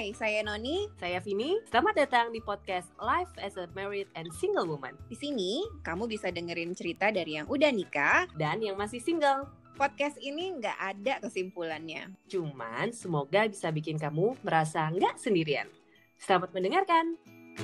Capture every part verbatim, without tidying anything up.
Hai, saya Noni. Saya Vini. Selamat datang di podcast Life as a Married and Single Woman. Di sini, kamu bisa dengerin cerita dari yang udah nikah dan yang masih single. Podcast ini nggak ada kesimpulannya. Cuman semoga bisa bikin kamu merasa nggak sendirian. Selamat mendengarkan.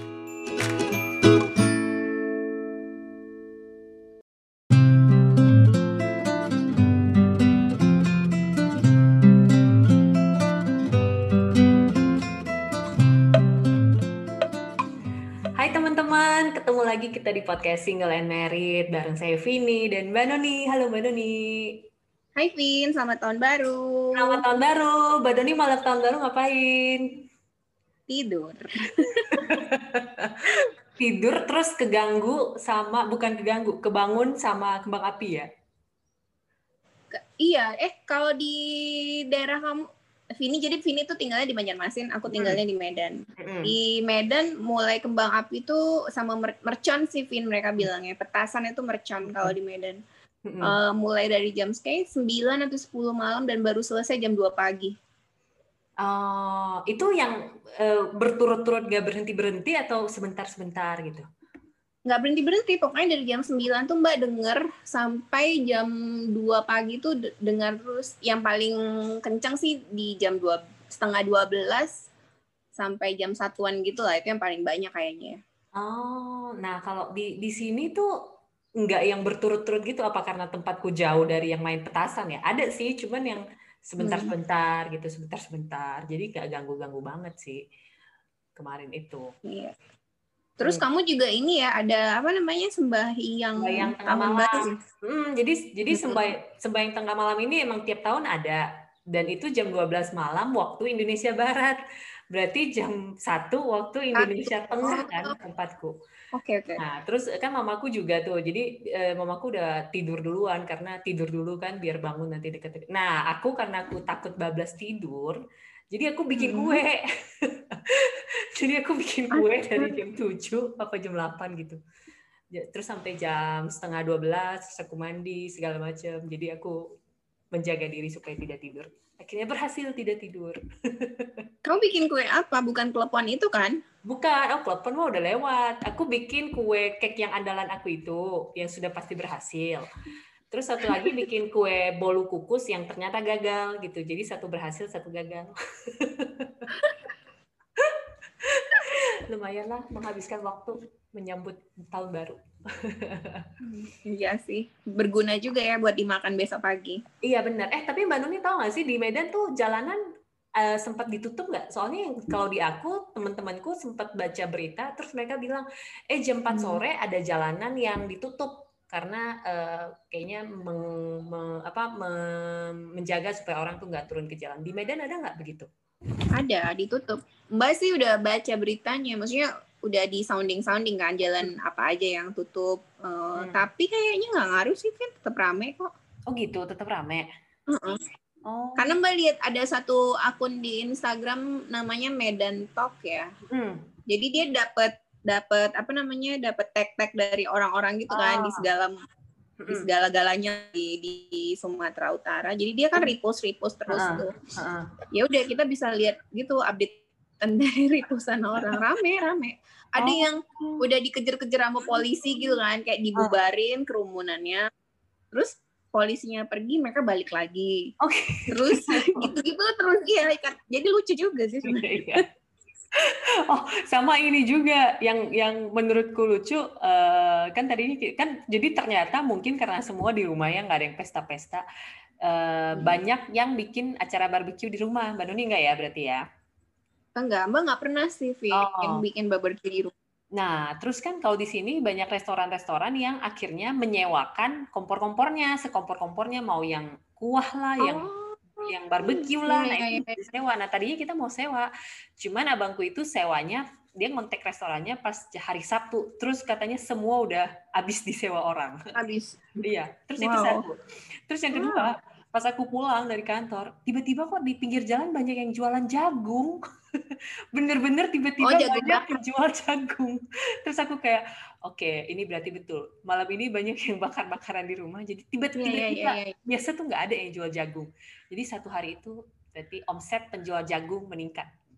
Teman-teman, ketemu lagi kita di podcast Single and Married bareng saya Vini dan Mbak Noni. Halo Mbak Noni. Hai Vin, selamat tahun baru. Selamat tahun baru. Mbak Noni malam tahun baru ngapain? Tidur. Tidur terus keganggu sama, bukan keganggu, kebangun sama kembang api ya? Ke, iya, eh kalau di daerah kamu, Vini, jadi Vini tuh tinggalnya di Banjarmasin, aku tinggalnya hmm. di Medan. Hmm. Di Medan mulai kembang api tuh sama mer- mercon sih, Vin, mereka bilangnya. Petasan itu mercon hmm. kalau di Medan. Hmm. Uh, mulai dari jam kayak sembilan atau sepuluh malam dan baru selesai jam dua pagi. Oh, itu yang uh, berturut-turut gak berhenti-berhenti atau sebentar-sebentar gitu? Nggak berhenti-berhenti, pokoknya dari jam sembilan tuh Mbak denger sampai jam dua pagi tuh dengar terus. Yang paling kencang sih di jam dua setengah dua belas sampai jam satuan gitu lah, itu yang paling banyak kayaknya. Oh, nah kalau di di sini tuh nggak yang berturut-turut gitu, apa karena tempatku jauh dari yang main petasan ya? Ada sih, cuman yang sebentar-sebentar hmm. gitu, sebentar-sebentar. Jadi nggak ganggu-ganggu banget sih kemarin itu. Iya. Terus hmm. kamu juga ini ya, ada apa namanya, sembahyang sembahyang tengah malam. Baru. Hmm, jadi jadi sembahyang sembahyang tengah malam ini emang tiap tahun ada, dan itu jam dua belas malam waktu Indonesia Barat. Berarti jam satu waktu Indonesia Satu. Tengah kan tempatku. Oke, okay, oke. Okay. Nah, terus kan mamaku juga tuh. Jadi eh, mamaku udah tidur duluan karena tidur dulu kan biar bangun nanti deket. Nah, aku karena aku takut bablas tidur, jadi aku bikin kue. Hmm. Jadi aku bikin kue dari jam tujuh apa jam delapan gitu. Terus sampai jam setengah dua belas, terus aku mandi, segala macam. Jadi aku menjaga diri supaya tidak tidur. Akhirnya berhasil tidak tidur. Kamu bikin kue apa? Bukan klepon itu kan? Bukan, oh klepon mah udah lewat. Aku bikin kue cake yang andalan aku itu, yang sudah pasti berhasil. Terus satu lagi bikin kue bolu kukus yang ternyata gagal gitu. Jadi satu berhasil, satu gagal. Lumayan lah menghabiskan waktu menyambut tahun baru. Iya sih, berguna juga ya buat dimakan besok pagi. Iya benar. Eh tapi Mbak Nuni tahu nggak sih di Medan tuh jalanan uh, sempat ditutup nggak? Soalnya kalau di aku teman-temanku sempat baca berita terus mereka bilang eh jam empat sore hmm. ada jalanan yang ditutup karena uh, kayaknya meng, meng, apa, men, menjaga supaya orang tuh nggak turun ke jalan. Di Medan ada nggak begitu? Ada, ditutup. Mbak sih udah baca beritanya, maksudnya udah di sounding-sounding kan, jalan hmm. apa aja yang tutup. Uh, hmm. Tapi kayaknya nggak ngaruh sih, kan tetap rame kok. Oh gitu, tetap rame? Uh-uh. Oh. Karena Mbak lihat ada satu akun di Instagram namanya Medan Talk ya. Hmm. Jadi dia dapat dapat apa namanya, dapat tag-tag dari orang-orang gitu kan, oh. di segala di segala-galanya di, di Sumatera Utara. Jadi dia kan repost-repost terus uh, tuh. Uh, ya udah kita bisa lihat gitu update dari repostan orang, rame-rame. Ada oh. yang udah dikejar-kejar sama polisi gitu kan, kayak dibubarin kerumunannya. Terus polisinya pergi, mereka balik lagi. Okay. Terus gitu-gitu terus ya. Jadi lucu juga sih sebenarnya. Oh, sama ini juga yang yang menurutku lucu uh, kan tadi ini kan jadi ternyata mungkin karena semua di rumah ya nggak ada yang pesta-pesta uh, hmm. banyak yang bikin acara barbeque di rumah. Mbak Nuni nggak ya berarti ya? Enggak, Mbak nggak pernah sih Vi, oh. yang bikin barbeque di rumah. Nah, terus kan kalau di sini banyak restoran-restoran yang akhirnya menyewakan kompor-kompornya, sekompor-kompornya mau yang kuah lah, oh. yang yang barbeque lah, nah itu sewa. Nah tadinya kita mau sewa, cuman abangku itu sewanya dia ngontek restorannya pas hari Sabtu, terus katanya semua udah habis disewa orang. Habis. Iya, terus wow. itu satu. Terus yang kedua, wow. pas aku pulang dari kantor, tiba-tiba kok di pinggir jalan banyak yang jualan jagung. Bener-bener tiba-tiba oh, jagung banyak yang jual jagung. Terus aku kayak, oke, okay, ini berarti betul. Malam ini banyak yang bakar-bakaran di rumah. Jadi tiba-tiba yeah, yeah, yeah, yeah. biasa tuh nggak ada yang jual jagung. Jadi satu hari itu berarti omset penjual jagung meningkat.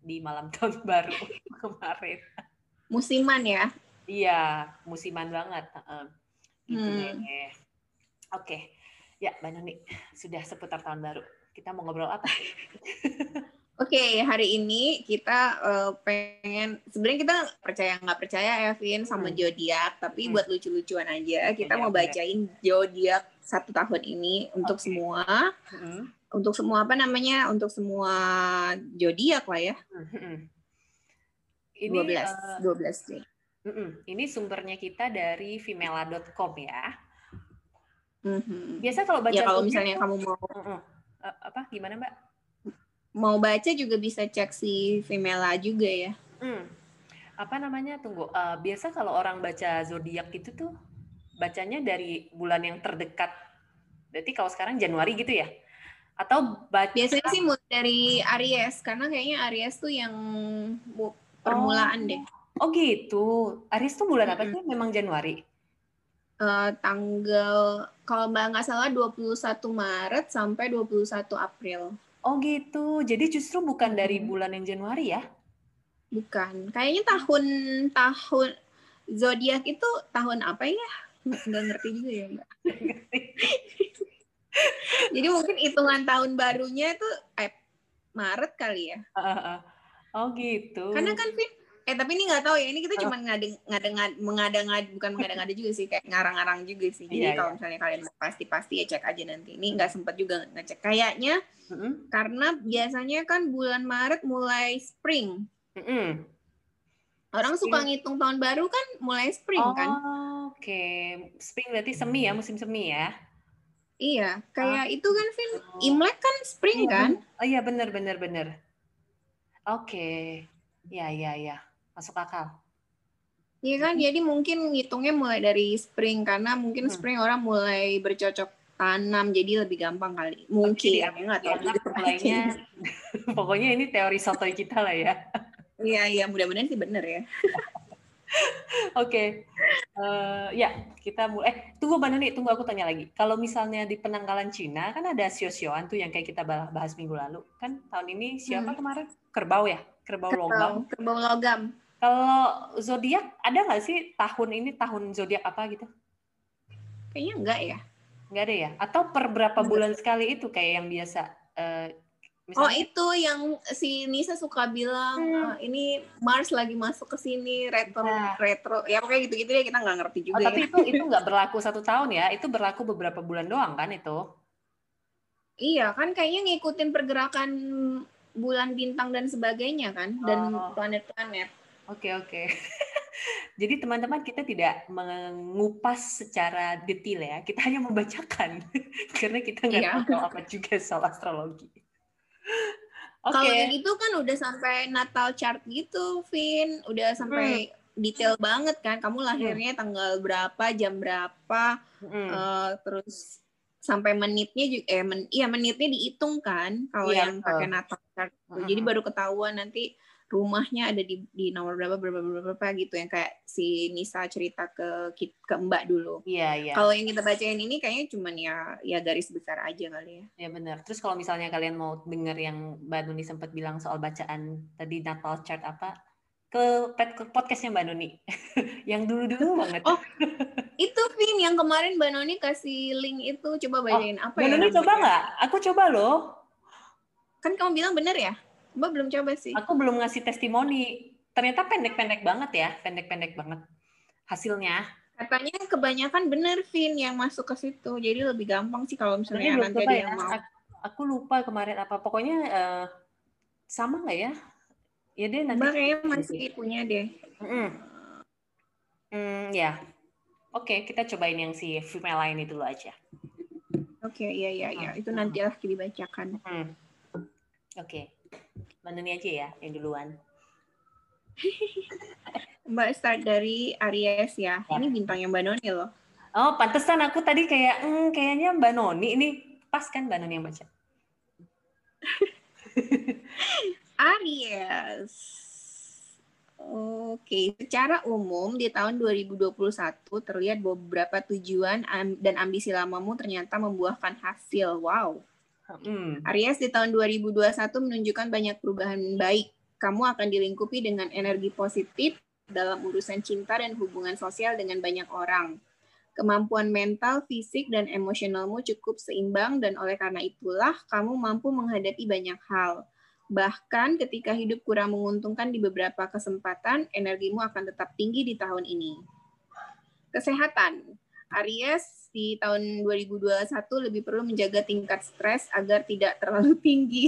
di malam tahun baru kemarin. Musiman ya? Iya, musiman banget. Uh, gitu hmm. deh. Oke, ya Mbak Noni, sudah seputar tahun baru. Kita mau ngobrol apa? Oke, okay, hari ini kita uh, pengen, sebenarnya kita percaya nggak percaya ya, Vin, sama hmm. zodiak, tapi hmm. buat lucu-lucuan aja, kita ya, mau bacain zodiak satu tahun ini untuk okay. semua, hmm. untuk semua apa namanya, untuk semua zodiak lah ya. Hmm. Ini, dua belas, uh, dua belas nih. Uh, ini sumbernya kita dari vimela dot com ya. Hmm. Biasa kalau baca ya kalau misalnya kamu mau uh, uh, uh, apa gimana Mbak? Mau baca juga bisa cek si Vimela juga ya. Hmm. Apa namanya? Tunggu. Uh, biasa kalau orang baca zodiak itu tuh bacanya dari bulan yang terdekat. Berarti kalau sekarang Januari gitu ya? Atau baca... biasanya sih mulai dari Aries karena kayaknya Aries tuh yang permulaan oh. deh. Oh gitu. Aries tuh bulan apa sih? Mm-hmm. Memang Januari. Uh, tanggal kalau nggak salah dua puluh satu Maret sampai dua puluh satu April. Oh gitu, jadi justru bukan hmm. dari bulan yang Januari ya? Bukan, kayaknya tahun tahun zodiak itu tahun apa ya? Nggak ngerti juga ya Mbak. Jadi mungkin hitungan tahun barunya itu eh, Maret kali ya? Uh, uh. Oh gitu. Karena kan Vin, eh tapi ini nggak tahu ya, ini kita cuma ngade ngade mengada-ngada bukan mengada-ngada juga sih, kayak ngarang-ngarang juga sih. Jadi yeah, kalau yeah. misalnya kalian pasti-pasti ya cek aja nanti. Ini nggak sempat juga ngecek kayaknya mm-hmm. karena biasanya kan bulan Maret mulai spring. Mm-hmm. Orang spring. Suka ngitung tahun baru kan mulai spring oh, kan. Oke, okay. Spring berarti semi ya, musim semi ya. Iya, kayak oh. itu kan Vin, Imlek kan spring iya, kan? Bener. Oh iya benar benar benar. Oke, okay. ya ya ya. Masuk akal. Iya kan, jadi mungkin ngitungnya mulai dari spring karena mungkin hmm. spring orang mulai bercocok tanam, jadi lebih gampang kali. Mungkin. Tapi nggak tahu mulainya. Pokoknya ini teori sotoy kita lah ya. Iya iya, mudah-mudahan sih benar ya. Oke, okay. uh, ya kita mulai. Eh tunggu Mbak Noni, tunggu aku tanya lagi. Kalau misalnya di penanggalan Cina kan ada sio-sioan tuh yang kayak kita bahas minggu lalu. Kan tahun ini siapa hmm. kemarin? Kerbau ya, kerbau, kerbau logam. Kerbau logam. Kalau zodiak ada nggak sih tahun ini tahun zodiak apa gitu? Kayaknya enggak ya. Nggak ada ya? Atau per berapa enggak. Bulan sekali itu kayak yang biasa? Uh, misalnya, oh itu yang si Nisa suka bilang hmm. uh, ini Mars lagi masuk ke sini retro nah. retro ya kayak gitu-gitu deh, kita nggak ngerti juga. Oh, tapi ya. itu itu nggak berlaku satu tahun ya? Itu berlaku beberapa bulan doang kan itu? Iya kan kayaknya ngikutin pergerakan bulan bintang dan sebagainya kan dan oh. planet-planet. Oke, oke. Jadi teman-teman kita tidak mengupas secara detail ya, kita hanya membacakan karena kita nggak iya. tahu apa juga soal astrologi. Okay. Kalau yang itu kan udah sampai natal chart gitu, Vin, udah sampai hmm. detail banget kan. Kamu lahirnya hmm. tanggal berapa, jam berapa, hmm. uh, terus sampai menitnya juga, eh men, iya menitnya dihitung kan kalau yeah, yang pakai natal chart. Hmm. Jadi baru ketahuan nanti rumahnya ada di, di nomor berapa, berapa, berapa, berapa gitu yang kayak si Nisa cerita ke ke Mbak dulu. Iya, iya. Kalau yang kita bacain ini kayaknya cuman ya ya garis besar aja kali ya. Ya benar. Terus kalau misalnya kalian mau denger yang Mbak Nuni sempat bilang soal bacaan tadi natal chart apa, ke, ke podcastnya Mbak Nuni yang dulu-dulu banget. Oh, itu Vin yang kemarin Mbak Nuni kasih link itu, coba bacain oh, apa Mbak ya? Mbak Nuni coba nggak? Aku coba loh. Kan kamu bilang bener ya? Mbak belum coba sih. Aku belum ngasih testimoni. Ternyata pendek-pendek banget ya, pendek-pendek banget hasilnya. Katanya kebanyakan bener Vin yang masuk ke situ, jadi lebih gampang sih kalau misalnya nanti ada yang ya. mau. Aku lupa kemarin apa, pokoknya uh, sama nggak ya? Ya deh nanti. Mbak kayaknya masih punya deh. Mm-hmm. Hmm, ya, oke okay, kita cobain yang si female line itu dulu aja. Oke, okay, iya iya iya, itu nantilah dibacakan. Hmm. Oke. Okay. Mbak Nuni aja ya, yang duluan. Mbak start dari Aries ya. ya. Ini bintangnya Mbak Noni loh. Oh, pantesan aku tadi kayak, hmm, kayaknya Mbak Noni. Ini pas kan Mbak Noni yang baca? Aries. Oke, secara umum di tahun dua ribu dua puluh satu terlihat beberapa tujuan dan ambisi lamamu ternyata membuahkan hasil. Wow. Hmm. Aries di tahun dua ribu dua puluh satu menunjukkan banyak perubahan baik Kamu akan dilingkupi dengan energi positif dalam urusan cinta dan hubungan sosial dengan banyak orang. Kemampuan mental, fisik, dan emosionalmu cukup seimbang dan oleh karena itulah kamu mampu menghadapi banyak hal. Bahkan ketika hidup kurang menguntungkan di beberapa kesempatan, energimu akan tetap tinggi di tahun ini. Kesehatan. Aries di tahun dua ribu dua puluh satu lebih perlu menjaga tingkat stres agar tidak terlalu tinggi.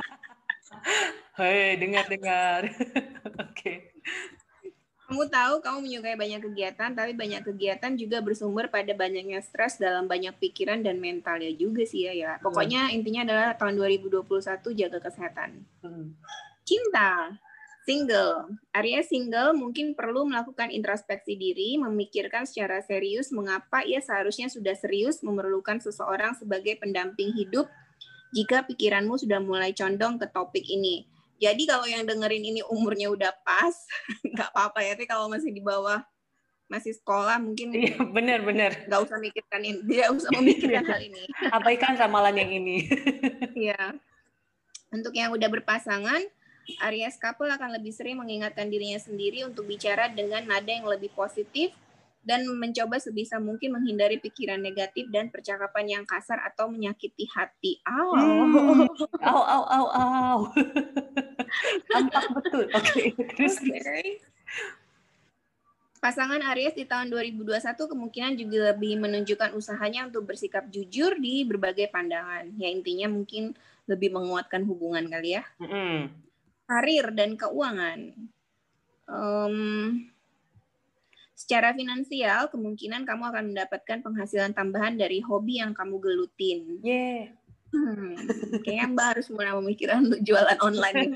Hei, dengar-dengar. Oke. Kamu tahu kamu menyukai banyak kegiatan, tapi banyak kegiatan juga bersumber pada banyaknya stres dalam banyak pikiran dan mental ya juga sih ya. ya. Pokoknya intinya adalah tahun dua ribu dua puluh satu jaga kesehatan. Hmm. Cinta. Single. Aries single mungkin perlu melakukan introspeksi diri, memikirkan secara serius mengapa ia seharusnya sudah serius memerlukan seseorang sebagai pendamping hidup jika pikiranmu sudah mulai condong ke topik ini. Jadi kalau yang dengerin ini umurnya udah pas, nggak apa-apa ya. Tapi kalau masih di bawah, masih sekolah mungkin iya, benar-benar nggak usah mikirkan ini, tidak usah memikirkan hal ini. Abaikan ramalan yang ini. Iya. Untuk yang udah berpasangan, Aries couple akan lebih sering mengingatkan dirinya sendiri untuk bicara dengan nada yang lebih positif dan mencoba sebisa mungkin menghindari pikiran negatif dan percakapan yang kasar atau menyakiti hati. Au, hmm. au, au, au, au. Tampak betul. Oke, okay. Terus. Okay. Pasangan Aries di tahun dua ribu dua puluh satu kemungkinan juga lebih menunjukkan usahanya untuk bersikap jujur di berbagai pandangan. Ya intinya mungkin lebih menguatkan hubungan kali ya. Mm-hmm. Karir dan keuangan. Um, Secara finansial, kemungkinan kamu akan mendapatkan penghasilan tambahan dari hobi yang kamu gelutin. Yeah. Hmm, kayaknya Mbak harus mulai memikirkan untuk jualan online.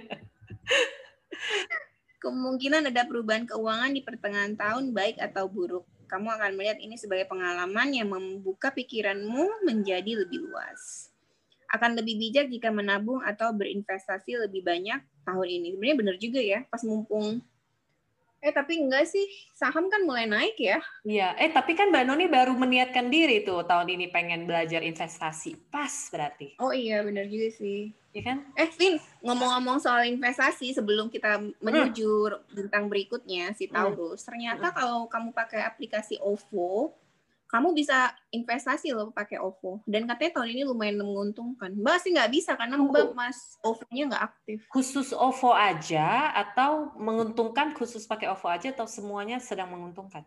Kemungkinan ada perubahan keuangan di pertengahan tahun, baik atau buruk. Kamu akan melihat ini sebagai pengalaman yang membuka pikiranmu menjadi lebih luas. Akan lebih bijak jika menabung atau berinvestasi lebih banyak tahun ini. Sebenarnya benar juga ya, pas mumpung Eh, tapi enggak sih. Saham kan mulai naik ya. Iya. Eh, tapi kan Mbak Noni baru meniatkan diri tuh tahun ini pengen belajar investasi. Pas berarti. Oh iya, benar juga sih. Iya kan? Eh, Vin, ngomong-ngomong soal investasi, sebelum kita menuju mm. bintang berikutnya, si Taurus, mm. ternyata mm. kalau kamu pakai aplikasi O V O, kamu bisa investasi loh pakai O V O. Dan katanya tahun ini lumayan menguntungkan. Mbak sih nggak bisa karena Mbak mas O V O-nya nggak aktif. Khusus O V O aja atau menguntungkan khusus pakai O V O aja atau semuanya sedang menguntungkan?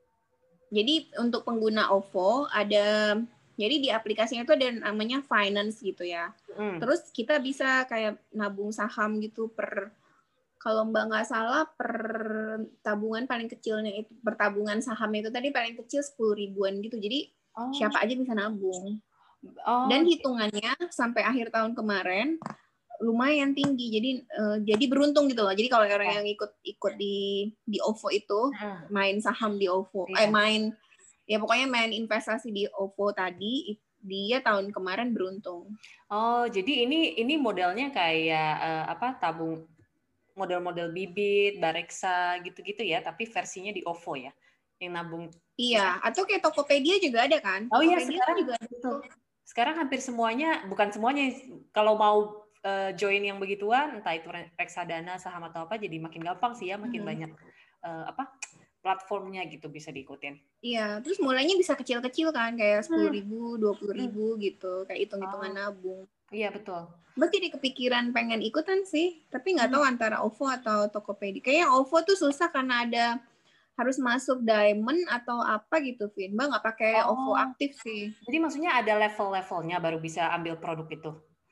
Jadi untuk pengguna O V O ada, jadi di aplikasinya itu ada namanya finance gitu ya. Hmm. Terus kita bisa kayak nabung saham gitu per, kalau Mbak nggak salah per tabungan paling kecilnya itu, per tabungan saham itu tadi paling kecil sepuluh ribuan gitu. Jadi oh. siapa aja bisa nabung. Oh. Dan hitungannya sampai akhir tahun kemarin lumayan tinggi. Jadi uh, jadi beruntung gitu loh. Jadi kalau orang yang ikut-ikut di di O V O itu main saham di O V O, yeah. eh main ya pokoknya main investasi di O V O tadi, dia tahun kemarin beruntung. Oh, jadi ini ini modelnya kayak uh, apa tabung model-model bibit, bareksa gitu-gitu ya, tapi versinya di O V O ya, yang nabung. Iya, ya. Atau kayak Tokopedia juga ada kan? Oh iya, Tokopedia sekarang juga ada. Betul. Sekarang hampir semuanya, bukan semuanya, kalau mau uh, join yang begituan, entah itu reksadana, saham atau apa, jadi makin gampang sih ya, makin hmm. banyak uh, apa platformnya gitu bisa diikutin. Iya, terus mulainya bisa kecil-kecil kan, kayak sepuluh ribu, dua puluh ribu gitu, kayak hitung-hitungan oh. nabung. Iya betul. Berarti di kepikiran pengen ikutan sih, tapi nggak hmm. tahu antara O V O atau Tokopedia. Kayaknya O V O tuh susah karena ada harus masuk diamond atau apa gitu, Vin. Mbak nggak pakai oh. O V O aktif sih. Jadi maksudnya ada level-levelnya baru bisa ambil produk itu.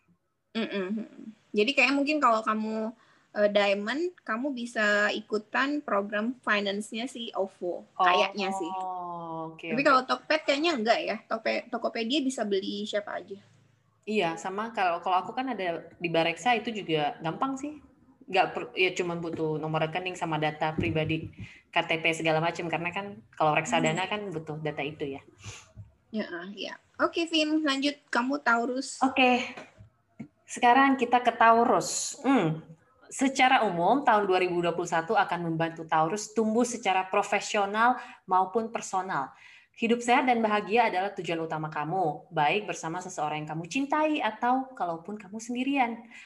Mm-mm. Jadi kayak mungkin kalau kamu uh, diamond, kamu bisa ikutan program finance-nya si O V O, oh. kayaknya sih. Okay, tapi okay. kalau Tokped kayaknya enggak ya. Tokopedia bisa beli siapa aja. Iya, sama kalau kalau aku kan ada di Bareksa itu juga gampang sih. Nggak per, ya cuma butuh nomor rekening sama data pribadi, K T P segala macam karena kan kalau reksadana hmm. kan butuh data itu ya. Ya, ya. Oke, Vin, lanjut kamu Taurus. Oke. Sekarang kita ke Taurus. Hmm. Secara umum tahun dua ribu dua puluh satu akan membantu Taurus tumbuh secara profesional maupun personal. Hidup sehat dan bahagia adalah tujuan utama kamu, baik bersama seseorang yang kamu cintai atau kalaupun kamu sendirian.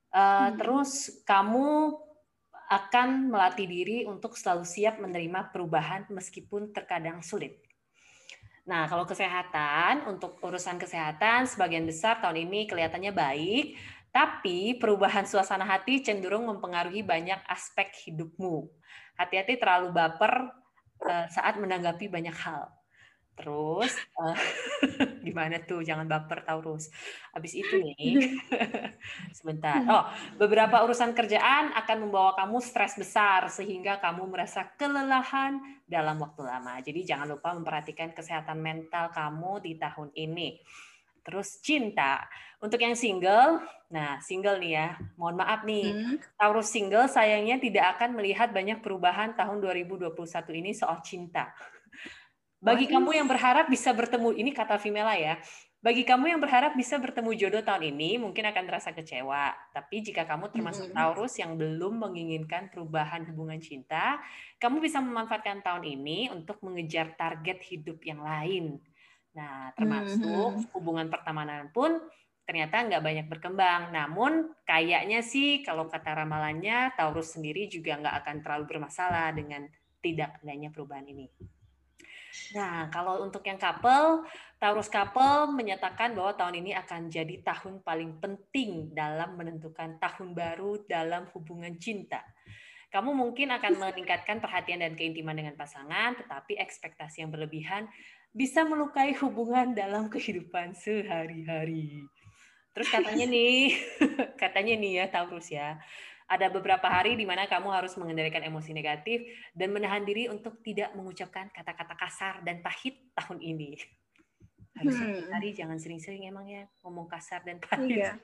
Uh, hmm. Terus kamu akan melatih diri untuk selalu siap menerima perubahan meskipun terkadang sulit. Nah, kalau kesehatan, untuk urusan kesehatan, sebagian besar tahun ini kelihatannya baik, tapi perubahan suasana hati cenderung mempengaruhi banyak aspek hidupmu. Hati-hati terlalu baper uh, saat menanggapi banyak hal. Terus, uh, gimana tuh? Jangan baper, Taurus. Habis itu nih, sebentar. Oh, beberapa urusan kerjaan akan membawa kamu stres besar sehingga kamu merasa kelelahan dalam waktu lama. Jadi jangan lupa memperhatikan kesehatan mental kamu di tahun ini. Terus cinta. Untuk yang single, nah single nih ya, mohon maaf nih, hmm. Taurus single sayangnya tidak akan melihat banyak perubahan tahun dua ribu dua puluh satu ini soal cinta. Bagi kamu yang berharap bisa bertemu, ini kata Vimela ya, bagi kamu yang berharap bisa bertemu jodoh tahun ini, mungkin akan terasa kecewa. Tapi jika kamu termasuk Taurus yang belum menginginkan perubahan hubungan cinta, kamu bisa memanfaatkan tahun ini untuk mengejar target hidup yang lain. Nah, termasuk hubungan pertemanan pun ternyata nggak banyak berkembang. Namun kayaknya sih kalau kata ramalannya, Taurus sendiri juga nggak akan terlalu bermasalah dengan tidak adanya perubahan ini. Nah, kalau untuk yang couple, Taurus couple menyatakan bahwa tahun ini akan jadi tahun paling penting dalam menentukan tahun baru dalam hubungan cinta. Kamu mungkin akan meningkatkan perhatian dan keintiman dengan pasangan, tetapi ekspektasi yang berlebihan bisa melukai hubungan dalam kehidupan sehari-hari. Terus katanya nih, katanya nih ya Taurus ya, ada beberapa hari di mana kamu harus mengendalikan emosi negatif dan menahan diri untuk tidak mengucapkan kata-kata kasar dan pahit tahun ini. Harusnya hmm. hari jangan sering-sering emang ya ngomong kasar dan pahit. Iya.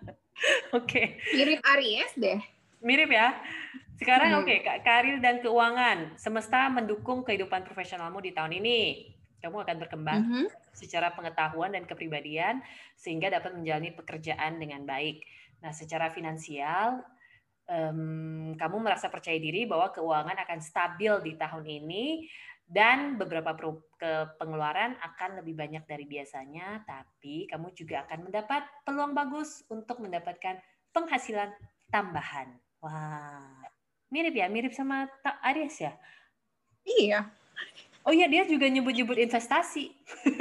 Oke. Okay. Mirip Aries deh. Mirip ya. Sekarang hmm. oke, okay, karir dan keuangan. Semesta mendukung kehidupan profesionalmu di tahun ini. Kamu akan berkembang mm-hmm. secara pengetahuan dan kepribadian sehingga dapat menjalani pekerjaan dengan baik. Nah, secara finansial Um, kamu merasa percaya diri bahwa keuangan akan stabil di tahun ini dan beberapa pengeluaran akan lebih banyak dari biasanya, tapi kamu juga akan mendapat peluang bagus untuk mendapatkan penghasilan tambahan. Wah, mirip ya, mirip sama Aries ya? Iya. Oh iya, dia juga nyebut-nyebut investasi.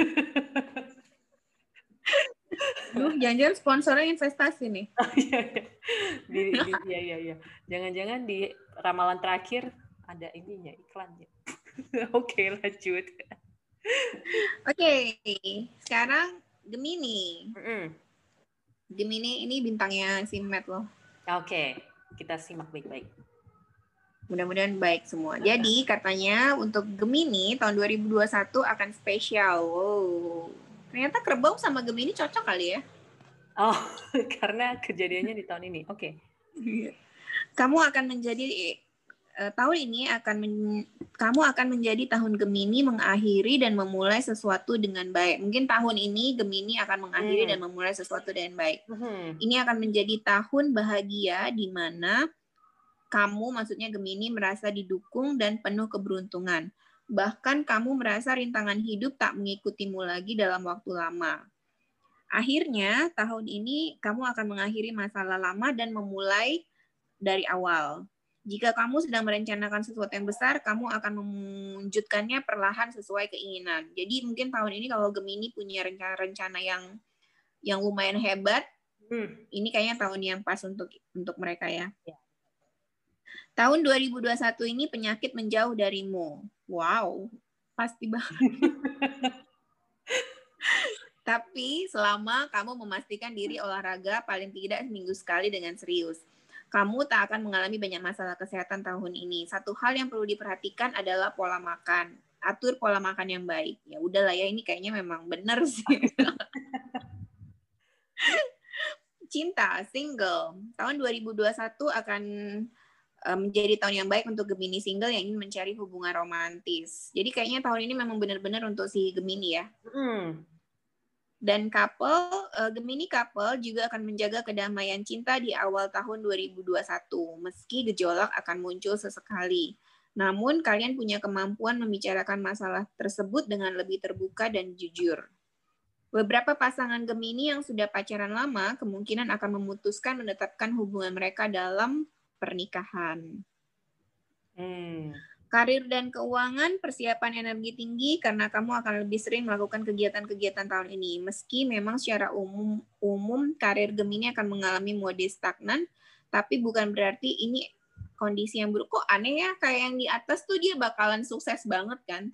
Duh, jangan-jangan sponsornya investasi nih. Oh, iya, iya. Di, di, iya, iya, iya. Jangan-jangan di ramalan terakhir ada ininya, iklannya. Oke, lanjut. Oke, sekarang Gemini. Mm-hmm. Gemini ini bintangnya si Matt loh. Oke, kita simak baik-baik. Mudah-mudahan baik semua. Jadi katanya untuk Gemini tahun dua ribu dua puluh satu akan spesial. Wow. Ternyata Kerbau sama Gemini cocok kali ya. Oh, karena kejadiannya di tahun ini. Oke. Okay. Kamu akan menjadi uh, tahun ini akan men, kamu akan menjadi tahun Gemini mengakhiri dan memulai sesuatu dengan baik. Mungkin tahun ini Gemini akan mengakhiri hmm. dan memulai sesuatu dengan baik. Hmm. Ini akan menjadi tahun bahagia di mana kamu, maksudnya Gemini, merasa didukung dan penuh keberuntungan. Bahkan kamu merasa rintangan hidup tak mengikutimu lagi dalam waktu lama. Akhirnya, tahun ini kamu akan mengakhiri masalah lama dan memulai dari awal. Jika kamu sedang merencanakan sesuatu yang besar, kamu akan mewujudkannya perlahan sesuai keinginan. Jadi mungkin tahun ini kalau Gemini punya rencana-rencana yang yang lumayan hebat, hmm. ini kayaknya tahun yang pas untuk untuk mereka ya. ya. Tahun dua ribu dua puluh satu ini penyakit menjauh darimu. Wow, pasti banget. Tapi selama kamu memastikan diri olahraga paling tidak seminggu sekali dengan serius, kamu tak akan mengalami banyak masalah kesehatan tahun ini. Satu hal yang perlu diperhatikan adalah pola makan. Atur pola makan yang baik. Ya udahlah ya, ini kayaknya memang benar sih. Cinta, single. Tahun dua ribu dua puluh satu akan menjadi tahun yang baik untuk Gemini single yang ingin mencari hubungan romantis. Jadi kayaknya tahun ini memang benar-benar untuk si Gemini ya. Mm. Dan couple, Gemini couple juga akan menjaga kedamaian cinta di awal tahun dua ribu dua puluh satu, meski gejolak akan muncul sesekali. Namun kalian punya kemampuan membicarakan masalah tersebut dengan lebih terbuka dan jujur. Beberapa pasangan Gemini yang sudah pacaran lama kemungkinan akan memutuskan menetapkan hubungan mereka dalam pernikahan. Hmm. Karir dan keuangan, persiapan energi tinggi karena kamu akan lebih sering melakukan kegiatan-kegiatan tahun ini. Meski memang secara umum, umum karir Gemini akan mengalami mode stagnan, tapi bukan berarti ini kondisi yang buruk. Kok aneh ya, kayak yang di atas tuh dia bakalan sukses banget kan?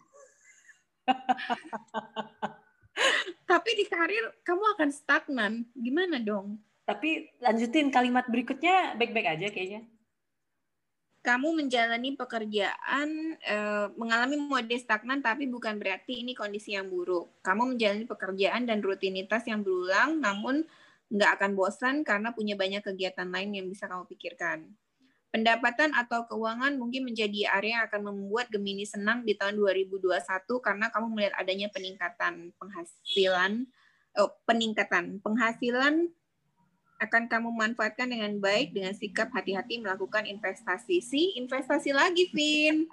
Tapi di karir kamu akan stagnan. Gimana dong? Tapi lanjutin kalimat berikutnya baik-baik aja kayaknya. Kamu menjalani pekerjaan, eh, mengalami mode stagnan, tapi bukan berarti ini kondisi yang buruk. Kamu menjalani pekerjaan dan rutinitas yang berulang, namun nggak akan bosan karena punya banyak kegiatan lain yang bisa kamu pikirkan. Pendapatan atau keuangan mungkin menjadi area yang akan membuat Gemini senang di tahun dua ribu dua puluh satu karena kamu melihat adanya peningkatan penghasilan, oh, peningkatan penghasilan akan kamu manfaatkan dengan baik dengan sikap hati-hati melakukan investasi. Si investasi lagi, Vin.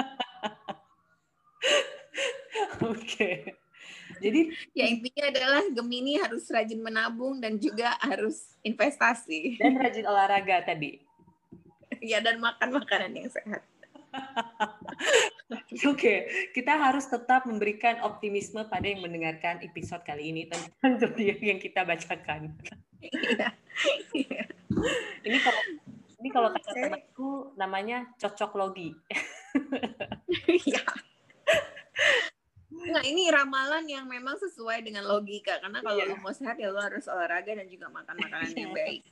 Oke. Okay. Jadi ya intinya adalah Gemini harus rajin menabung dan juga harus investasi. Dan rajin olahraga tadi. Ya, dan makan makanan yang sehat. Oke, okay. Kita harus tetap memberikan optimisme pada yang mendengarkan episode kali ini tentang zodiak yang kita bacakan. Iya. Ini kalau ini kalau kata okay. temanku namanya cocok logi. Iya. Nah, ini ramalan yang memang sesuai dengan logika karena kalau yeah. lu mau sehat ya lu harus olahraga dan juga makan makanan yang baik.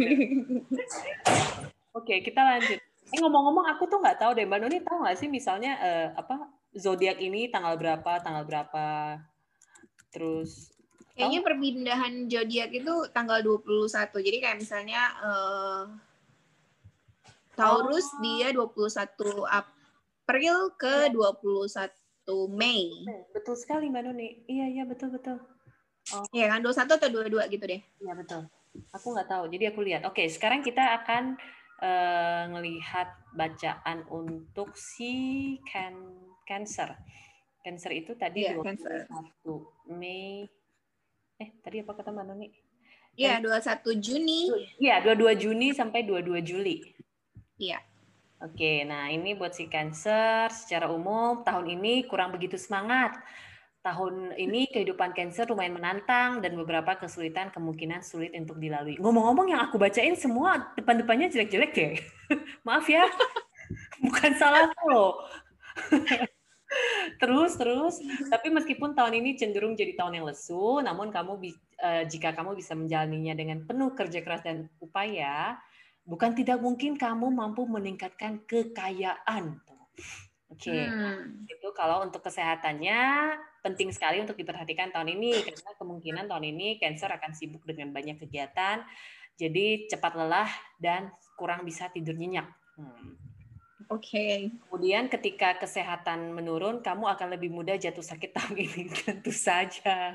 Oke, kita lanjut. Eh, ngomong-ngomong, aku tuh nggak tahu deh, Mbak Noni tahu nggak sih misalnya eh, apa zodiak ini tanggal berapa, tanggal berapa, terus kayaknya perpindahan zodiak itu tanggal dua puluh satu. Jadi kayak misalnya uh, Taurus oh. dia dua puluh satu April ke dua puluh satu Mei. Betul sekali Mbak Noni. Iya, iya betul betul. Oh. Iya kan dua puluh satu atau dua puluh dua gitu deh. Iya betul. Aku nggak tahu. Jadi aku lihat. Oke, sekarang kita akan uh, ngelihat bacaan untuk si can Cancer. Cancer itu tadi yeah, dua puluh satu Mei. Eh, tadi apa kata Mbak Noni? Iya, dua puluh satu Juni. Iya, dua puluh dua Juni sampai dua puluh dua Juli. Iya. Oke, nah ini buat si Cancer secara umum tahun ini kurang begitu semangat. Tahun ini kehidupan Cancer lumayan menantang dan beberapa kesulitan kemungkinan sulit untuk dilalui. Ngomong-ngomong yang aku bacain semua depan-depannya jelek-jelek deh. Maaf ya, bukan salahku loh. terus terus tapi meskipun tahun ini cenderung jadi tahun yang lesu, namun kamu uh, jika kamu bisa menjalaninya dengan penuh kerja keras dan upaya, bukan tidak mungkin kamu mampu meningkatkan kekayaan. Oke, okay. hmm. Itu kalau untuk kesehatannya penting sekali untuk diperhatikan tahun ini karena kemungkinan tahun ini Cancer akan sibuk dengan banyak kegiatan, jadi cepat lelah dan kurang bisa tidur nyenyak. Hmm. Oke. Okay. Kemudian ketika kesehatan menurun, kamu akan lebih mudah jatuh sakit tahun ini. Tentu saja.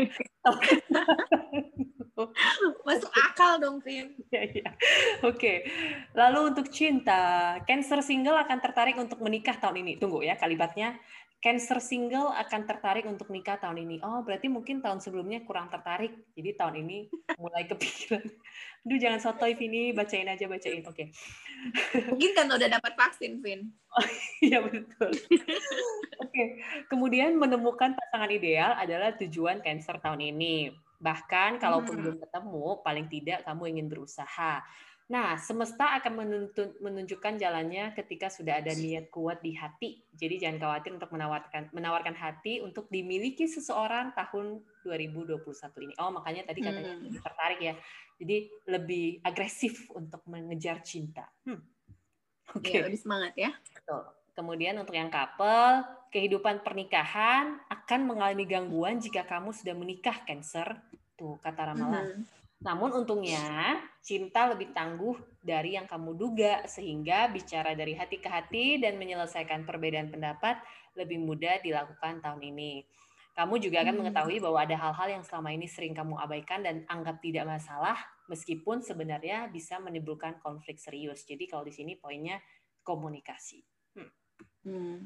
Masuk akal dong, Vin. Ya, ya. Oke. Lalu untuk cinta, Cancer single akan tertarik untuk menikah tahun ini. Tunggu ya kalimatnya. Cancer single akan tertarik untuk nikah tahun ini. Oh, berarti mungkin tahun sebelumnya kurang tertarik. Jadi tahun ini mulai kepikiran. Aduh, jangan sotoy, Vini. Bacain aja, bacain. Oke. Okay. Mungkin kan udah dapat vaksin, Vin. Oh, iya, betul. Oke. Okay. Kemudian menemukan pasangan ideal adalah tujuan Cancer tahun ini. Bahkan kalaupun hmm. belum ketemu, paling tidak kamu ingin berusaha. Nah, semesta akan menuntun, menunjukkan jalannya ketika sudah ada niat kuat di hati. Jadi jangan khawatir untuk menawarkan menawarkan hati untuk dimiliki seseorang tahun dua ribu dua puluh satu ini. Oh, makanya tadi katanya hmm. tertarik ya. Jadi lebih agresif untuk mengejar cinta. Hmm. Oke, okay. Ya, lebih semangat ya. Betul. Kemudian untuk yang couple, kehidupan pernikahan akan mengalami gangguan jika kamu sudah menikah, Cancer. Tuh kata ramalan. Mm-hmm. Namun untungnya cinta lebih tangguh dari yang kamu duga sehingga bicara dari hati ke hati dan menyelesaikan perbedaan pendapat lebih mudah dilakukan tahun ini. Kamu juga akan hmm. mengetahui bahwa ada hal-hal yang selama ini sering kamu abaikan dan anggap tidak masalah meskipun sebenarnya bisa menimbulkan konflik serius. Jadi kalau di sini poinnya komunikasi. Hmm. Hmm.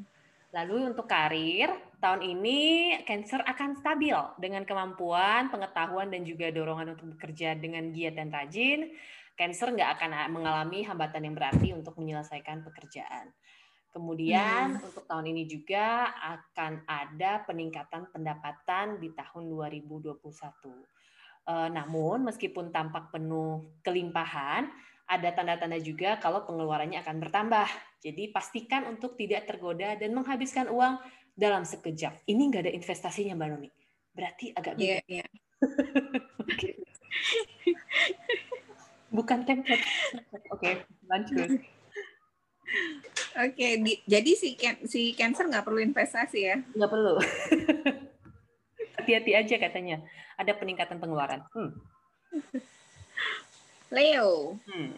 Lalu untuk karir, tahun ini Cancer akan stabil dengan kemampuan, pengetahuan, dan juga dorongan untuk bekerja dengan giat dan rajin. Cancer nggak akan mengalami hambatan yang berarti untuk menyelesaikan pekerjaan. Kemudian hmm. untuk tahun ini juga akan ada peningkatan pendapatan di tahun dua ribu dua puluh satu. Uh, namun meskipun tampak penuh kelimpahan, ada tanda-tanda juga kalau pengeluarannya akan bertambah. Jadi pastikan untuk tidak tergoda dan menghabiskan uang dalam sekejap. Ini nggak ada investasinya, Mbak Noni. Berarti agak beda. Yeah, yeah. Okay. Bukan template. Oke, okay, lanjut. Oke, okay, jadi si si Cancer nggak perlu investasi ya? Nggak perlu. Hati-hati aja katanya. Ada peningkatan pengeluaran. Hmm. Leo. Hmm.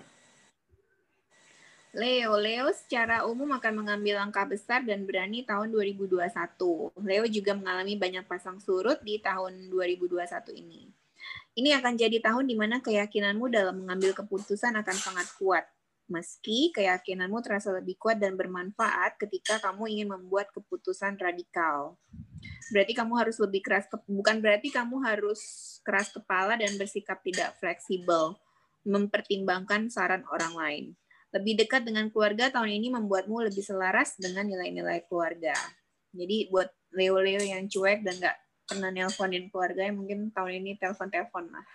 Leo, Leo secara umum akan mengambil langkah besar dan berani tahun dua ribu dua puluh satu. Leo juga mengalami banyak pasang surut di tahun dua ribu dua puluh satu ini. Ini akan jadi tahun di mana keyakinanmu dalam mengambil keputusan akan sangat kuat. Meski keyakinanmu terasa lebih kuat dan bermanfaat ketika kamu ingin membuat keputusan radikal. Berarti kamu harus lebih keras, bukan berarti kamu harus keras kepala dan bersikap tidak fleksibel, mempertimbangkan saran orang lain. Lebih dekat dengan keluarga tahun ini membuatmu lebih selaras dengan nilai-nilai keluarga. Jadi buat Leo-Leo yang cuek dan nggak pernah nelponin keluarga, mungkin tahun ini telepon-telepon lah.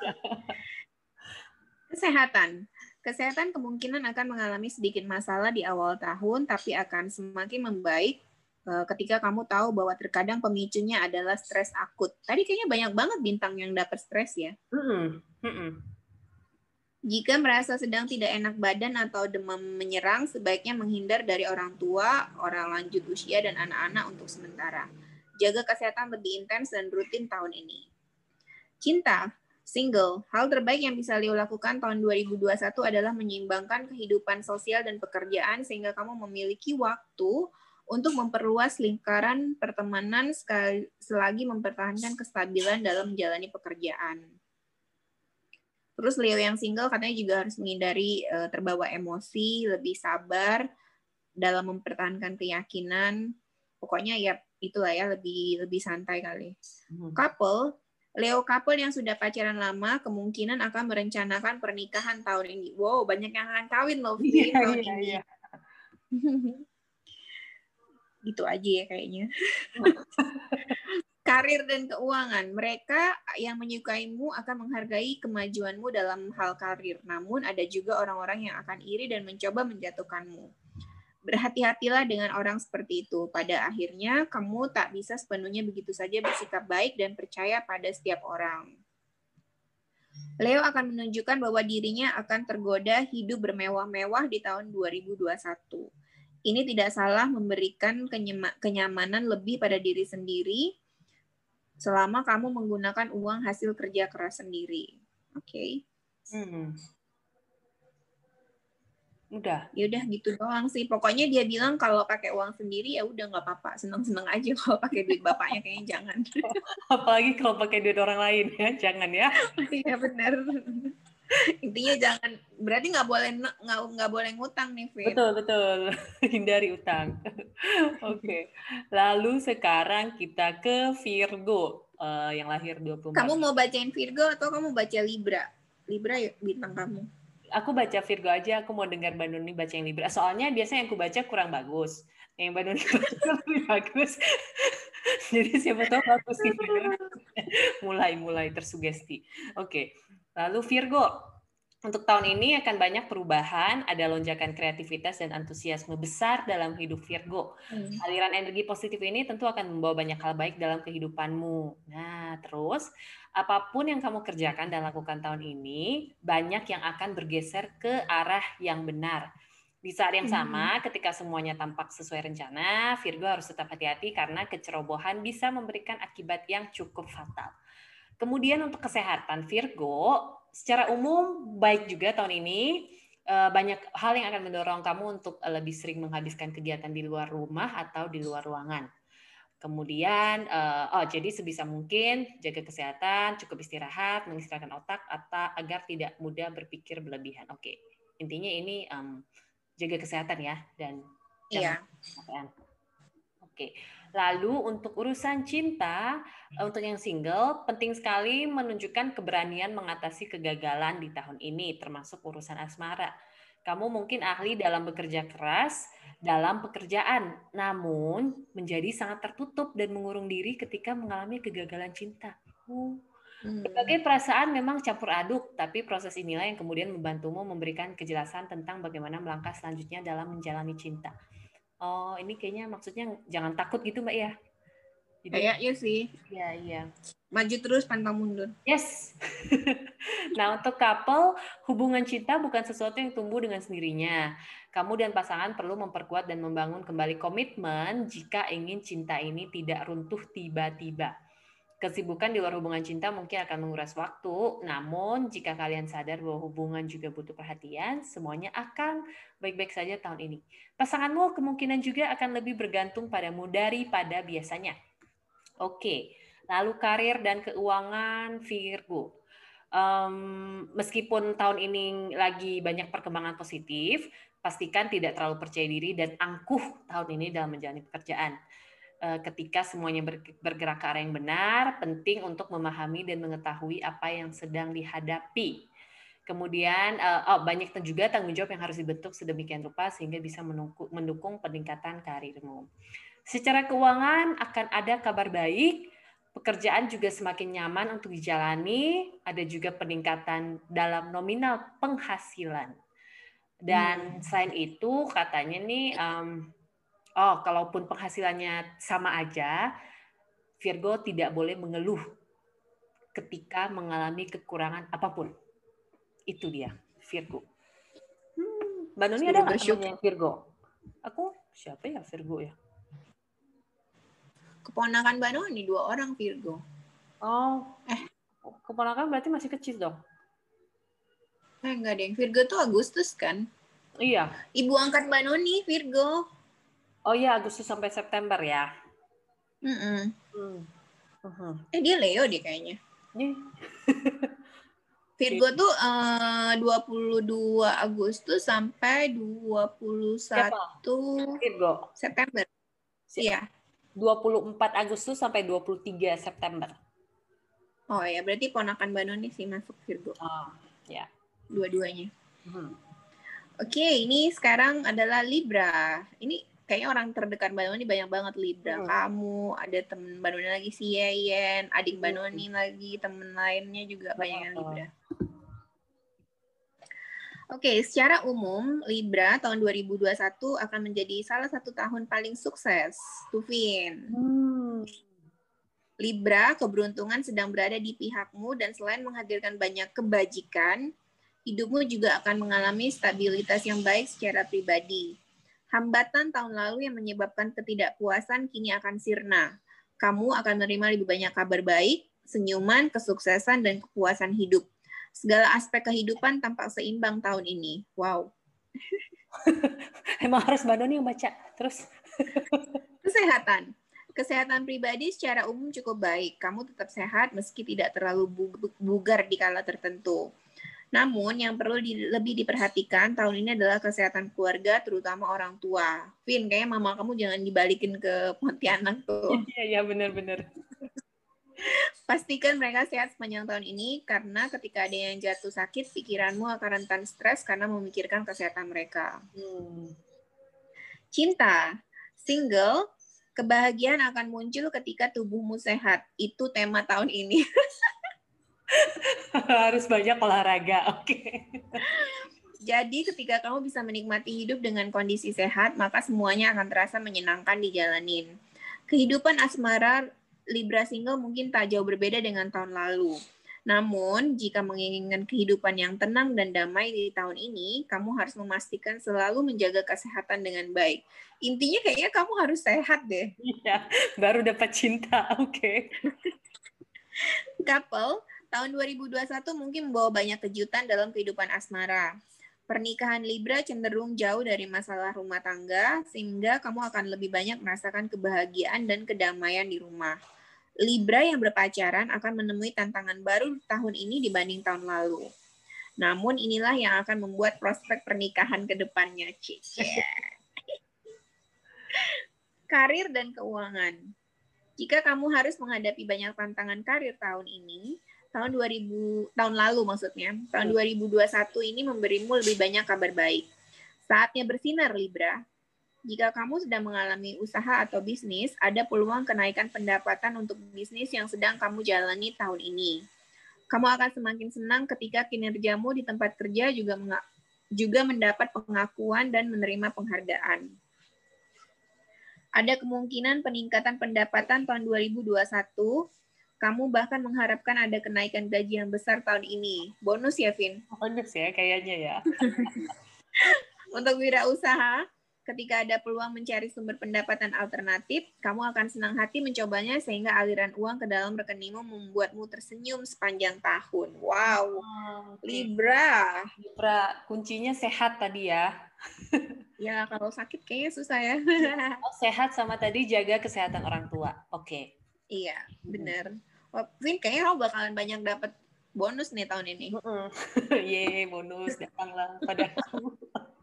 Kesehatan. Kesehatan kemungkinan akan mengalami sedikit masalah di awal tahun, tapi akan semakin membaik ketika kamu tahu bahwa terkadang pemicunya adalah stres akut. Tadi kayaknya banyak banget bintang yang dapat stres ya. Mm-mm. Mm-mm. Jika merasa sedang tidak enak badan atau demam menyerang, sebaiknya menghindar dari orang tua, orang lanjut usia, dan anak-anak untuk sementara. Jaga kesehatan lebih intens dan rutin tahun ini. Cinta, single. Hal terbaik yang bisa Leo lakukan tahun dua ribu dua puluh satu adalah menyeimbangkan kehidupan sosial dan pekerjaan sehingga kamu memiliki waktu untuk memperluas lingkaran pertemanan selagi mempertahankan kestabilan dalam menjalani pekerjaan. Terus Leo yang single katanya juga harus menghindari uh, terbawa emosi, lebih sabar dalam mempertahankan keyakinan. Pokoknya ya itulah ya, lebih lebih santai kali. Hmm. Couple, Leo couple yang sudah pacaran lama kemungkinan akan merencanakan pernikahan tahun ini. Wow, banyak yang akan kawin loh yeah, tahun yeah, ini. Yeah. Gitu aja ya kayaknya. Karir dan keuangan. Mereka yang menyukaimu akan menghargai kemajuanmu dalam hal karir. Namun ada juga orang-orang yang akan iri dan mencoba menjatuhkanmu. Berhati-hatilah dengan orang seperti itu. Pada akhirnya, kamu tak bisa sepenuhnya begitu saja bersikap baik dan percaya pada setiap orang. Leo akan menunjukkan bahwa dirinya akan tergoda hidup bermewah-mewah di tahun dua ribu dua puluh satu. Ini tidak salah memberikan kenyamanan lebih pada diri sendiri selama kamu menggunakan uang hasil kerja keras sendiri. Oke. Okay. Hmm. Udah. Ya udah gitu doang sih. Pokoknya dia bilang kalau pakai uang sendiri ya udah nggak apa-apa, seneng-seneng aja. Kalau pakai duit bapaknya kayaknya jangan. Apalagi kalau pakai duit orang lain ya, jangan ya. Iya benar. Intinya jangan, berarti nggak boleh nggak nggak boleh ngutang nih, Fit. Betul betul, hindari utang. Oke. Okay. Lalu sekarang kita ke Virgo uh, yang lahir dua puluh empat. Kamu mau bacain Virgo atau kamu baca Libra? Libra ya bintang kamu. Aku baca Virgo aja, aku mau dengar Mbak Nuni baca yang Libra. Soalnya biasanya yang aku baca kurang bagus. Yang Mbak Nuni baca lebih bagus. Jadi siapa tahu bagus gitu. Mulai-mulai tersugesti. Oke. Lalu Virgo. Untuk tahun ini akan banyak perubahan, ada lonjakan kreativitas dan antusiasme besar dalam hidup Virgo. Hmm. Aliran energi positif ini tentu akan membawa banyak hal baik dalam kehidupanmu. Nah, terus apapun yang kamu kerjakan dan lakukan tahun ini, banyak yang akan bergeser ke arah yang benar. Di saat yang sama, ketika semuanya tampak sesuai rencana, Virgo harus tetap hati-hati karena kecerobohan bisa memberikan akibat yang cukup fatal. Kemudian untuk kesehatan Virgo, secara umum baik juga tahun ini. Banyak hal yang akan mendorong kamu untuk lebih sering menghabiskan kegiatan di luar rumah atau di luar ruangan. Kemudian, oh jadi sebisa mungkin jaga kesehatan, cukup istirahat, mengistirahatkan otak, atau agar tidak mudah berpikir berlebihan. Oke, intinya ini um, jaga kesehatan ya dan iya. jangan. Oke. Lalu untuk urusan cinta, untuk yang single, penting sekali menunjukkan keberanian mengatasi kegagalan di tahun ini, termasuk urusan asmara. Kamu mungkin ahli dalam bekerja keras, dalam pekerjaan, namun menjadi sangat tertutup dan mengurung diri ketika mengalami kegagalan cinta. Uh. Berbagai perasaan memang campur aduk, tapi proses inilah yang kemudian membantumu memberikan kejelasan tentang bagaimana melangkah selanjutnya dalam menjalani cinta. Oh, ini kayaknya maksudnya jangan takut gitu, Mbak ya? Kayaknya sih. Iya, iya. Maju terus, pantang mundur. Yes. Nah, untuk couple, hubungan cinta bukan sesuatu yang tumbuh dengan sendirinya. Kamu dan pasangan perlu memperkuat dan membangun kembali komitmen jika ingin cinta ini tidak runtuh tiba-tiba. Kesibukan di luar hubungan cinta mungkin akan menguras waktu, namun jika kalian sadar bahwa hubungan juga butuh perhatian, semuanya akan baik-baik saja tahun ini. Pasanganmu kemungkinan juga akan lebih bergantung padamu daripada biasanya. Oke, lalu karir dan keuangan Virgo. Um, meskipun tahun ini lagi banyak perkembangan positif, pastikan tidak terlalu percaya diri dan angkuh tahun ini dalam menjalani pekerjaan. Ketika semuanya bergerak ke arah yang benar, penting untuk memahami dan mengetahui apa yang sedang dihadapi. Kemudian oh, banyak juga tanggung jawab yang harus dibentuk sedemikian rupa sehingga bisa mendukung peningkatan karirmu. Secara keuangan akan ada kabar baik, pekerjaan juga semakin nyaman untuk dijalani, ada juga peningkatan dalam nominal penghasilan. Dan selain itu katanya nih, um, oh, kalaupun penghasilannya sama aja, Virgo tidak boleh mengeluh ketika mengalami kekurangan apapun. Itu dia, Virgo. Hmm, Mbak Noni ada nggak temannya Virgo? Aku siapa ya Virgo ya? Keponakan Mbak Noni, dua orang Virgo. Oh, eh, keponakan berarti masih kecil dong? Eh, enggak deh, Virgo tuh Agustus kan? Iya. Ibu angkat Mbak Noni, Virgo. Oh iya, Agustus sampai September ya? Mm-mm. Hmm. Uh-huh. Eh, dia Leo deh kayaknya. Yeah. Virgo tuh uh, dua puluh dua Agustus sampai dua puluh satu Virgo. September. Iya. dua puluh empat Agustus sampai dua puluh tiga September. Oh ya, berarti ponakan Mbak Noni sih masuk Virgo. Oh, ya. Dua-duanya. Hmm. Oke, ini sekarang adalah Libra. Ini kayaknya orang terdekat Mbak Noni banyak banget Libra. Hmm. Kamu, ada temen Mbak Noni lagi si Yeyen, adik Mbak Noni hmm. lagi, temen lainnya juga banyak yang Libra. Oke, secara umum Libra tahun dua ribu dua puluh satu akan menjadi salah satu tahun paling sukses. Tuvin. Hmm. Libra, keberuntungan sedang berada di pihakmu dan selain menghadirkan banyak kebajikan, hidupmu juga akan mengalami stabilitas yang baik secara pribadi. Hambatan tahun lalu yang menyebabkan ketidakpuasan kini akan sirna. Kamu akan menerima lebih banyak kabar baik, senyuman, kesuksesan, dan kepuasan hidup. Segala aspek kehidupan tampak seimbang tahun ini. Wow. Emang harus Mbak Noni yang baca. Terus? Kesehatan. Kesehatan pribadi secara umum cukup baik. Kamu tetap sehat meski tidak terlalu bugar di kala tertentu. Namun, yang perlu di, lebih diperhatikan tahun ini adalah kesehatan keluarga, terutama orang tua. Vin, kayaknya mama kamu jangan dibalikin ke Pontianak tuh. Iya, iya benar-benar. Pastikan mereka sehat sepanjang tahun ini, karena ketika ada yang jatuh sakit, pikiranmu akan rentan stres karena memikirkan kesehatan mereka. Hmm. Cinta. Single, kebahagiaan akan muncul ketika tubuhmu sehat. Itu tema tahun ini. Harus banyak olahraga, oke. Okay. Jadi ketika kamu bisa menikmati hidup dengan kondisi sehat, maka semuanya akan terasa menyenangkan dijalanin. Kehidupan asmara Libra single mungkin tak jauh berbeda dengan tahun lalu. Namun, jika menginginkan kehidupan yang tenang dan damai di tahun ini, kamu harus memastikan selalu menjaga kesehatan dengan baik. Intinya kayaknya kamu harus sehat deh. Iya, baru dapat cinta, oke. Okay. Couple, tahun dua ribu dua puluh satu mungkin membawa banyak kejutan dalam kehidupan asmara. Pernikahan Libra cenderung jauh dari masalah rumah tangga, sehingga kamu akan lebih banyak merasakan kebahagiaan dan kedamaian di rumah. Libra yang berpacaran akan menemui tantangan baru tahun ini dibanding tahun lalu. Namun inilah yang akan membuat prospek pernikahan ke depannya. Karir dan keuangan. Jika kamu harus menghadapi banyak tantangan karir tahun ini, tahun dua ribu tahun lalu maksudnya, tahun dua ribu dua puluh satu ini memberimu lebih banyak kabar baik. Saatnya bersinar Libra. Jika kamu sedang mengalami usaha atau bisnis, ada peluang kenaikan pendapatan untuk bisnis yang sedang kamu jalani tahun ini. Kamu akan semakin senang ketika kinerjamu di tempat kerja juga juga mendapat pengakuan dan menerima penghargaan. Ada kemungkinan peningkatan pendapatan tahun dua ribu dua puluh satu. Kamu bahkan mengharapkan ada kenaikan gaji yang besar tahun ini. Bonus ya, Vin? Bonus ya, kayaknya ya. Untuk wirausaha, ketika ada peluang mencari sumber pendapatan alternatif, kamu akan senang hati mencobanya sehingga aliran uang ke dalam rekeningmu membuatmu tersenyum sepanjang tahun. Wow, oh, okay. Libra. Libra, kuncinya sehat tadi ya. Ya, kalau sakit kayaknya susah ya. Oh, sehat sama tadi jaga kesehatan orang tua. Oke. Okay. Iya, benar. Oh, Vin, kayaknya lo bakalan banyak dapat bonus nih tahun ini. Yeay, bonus datanglah pada aku.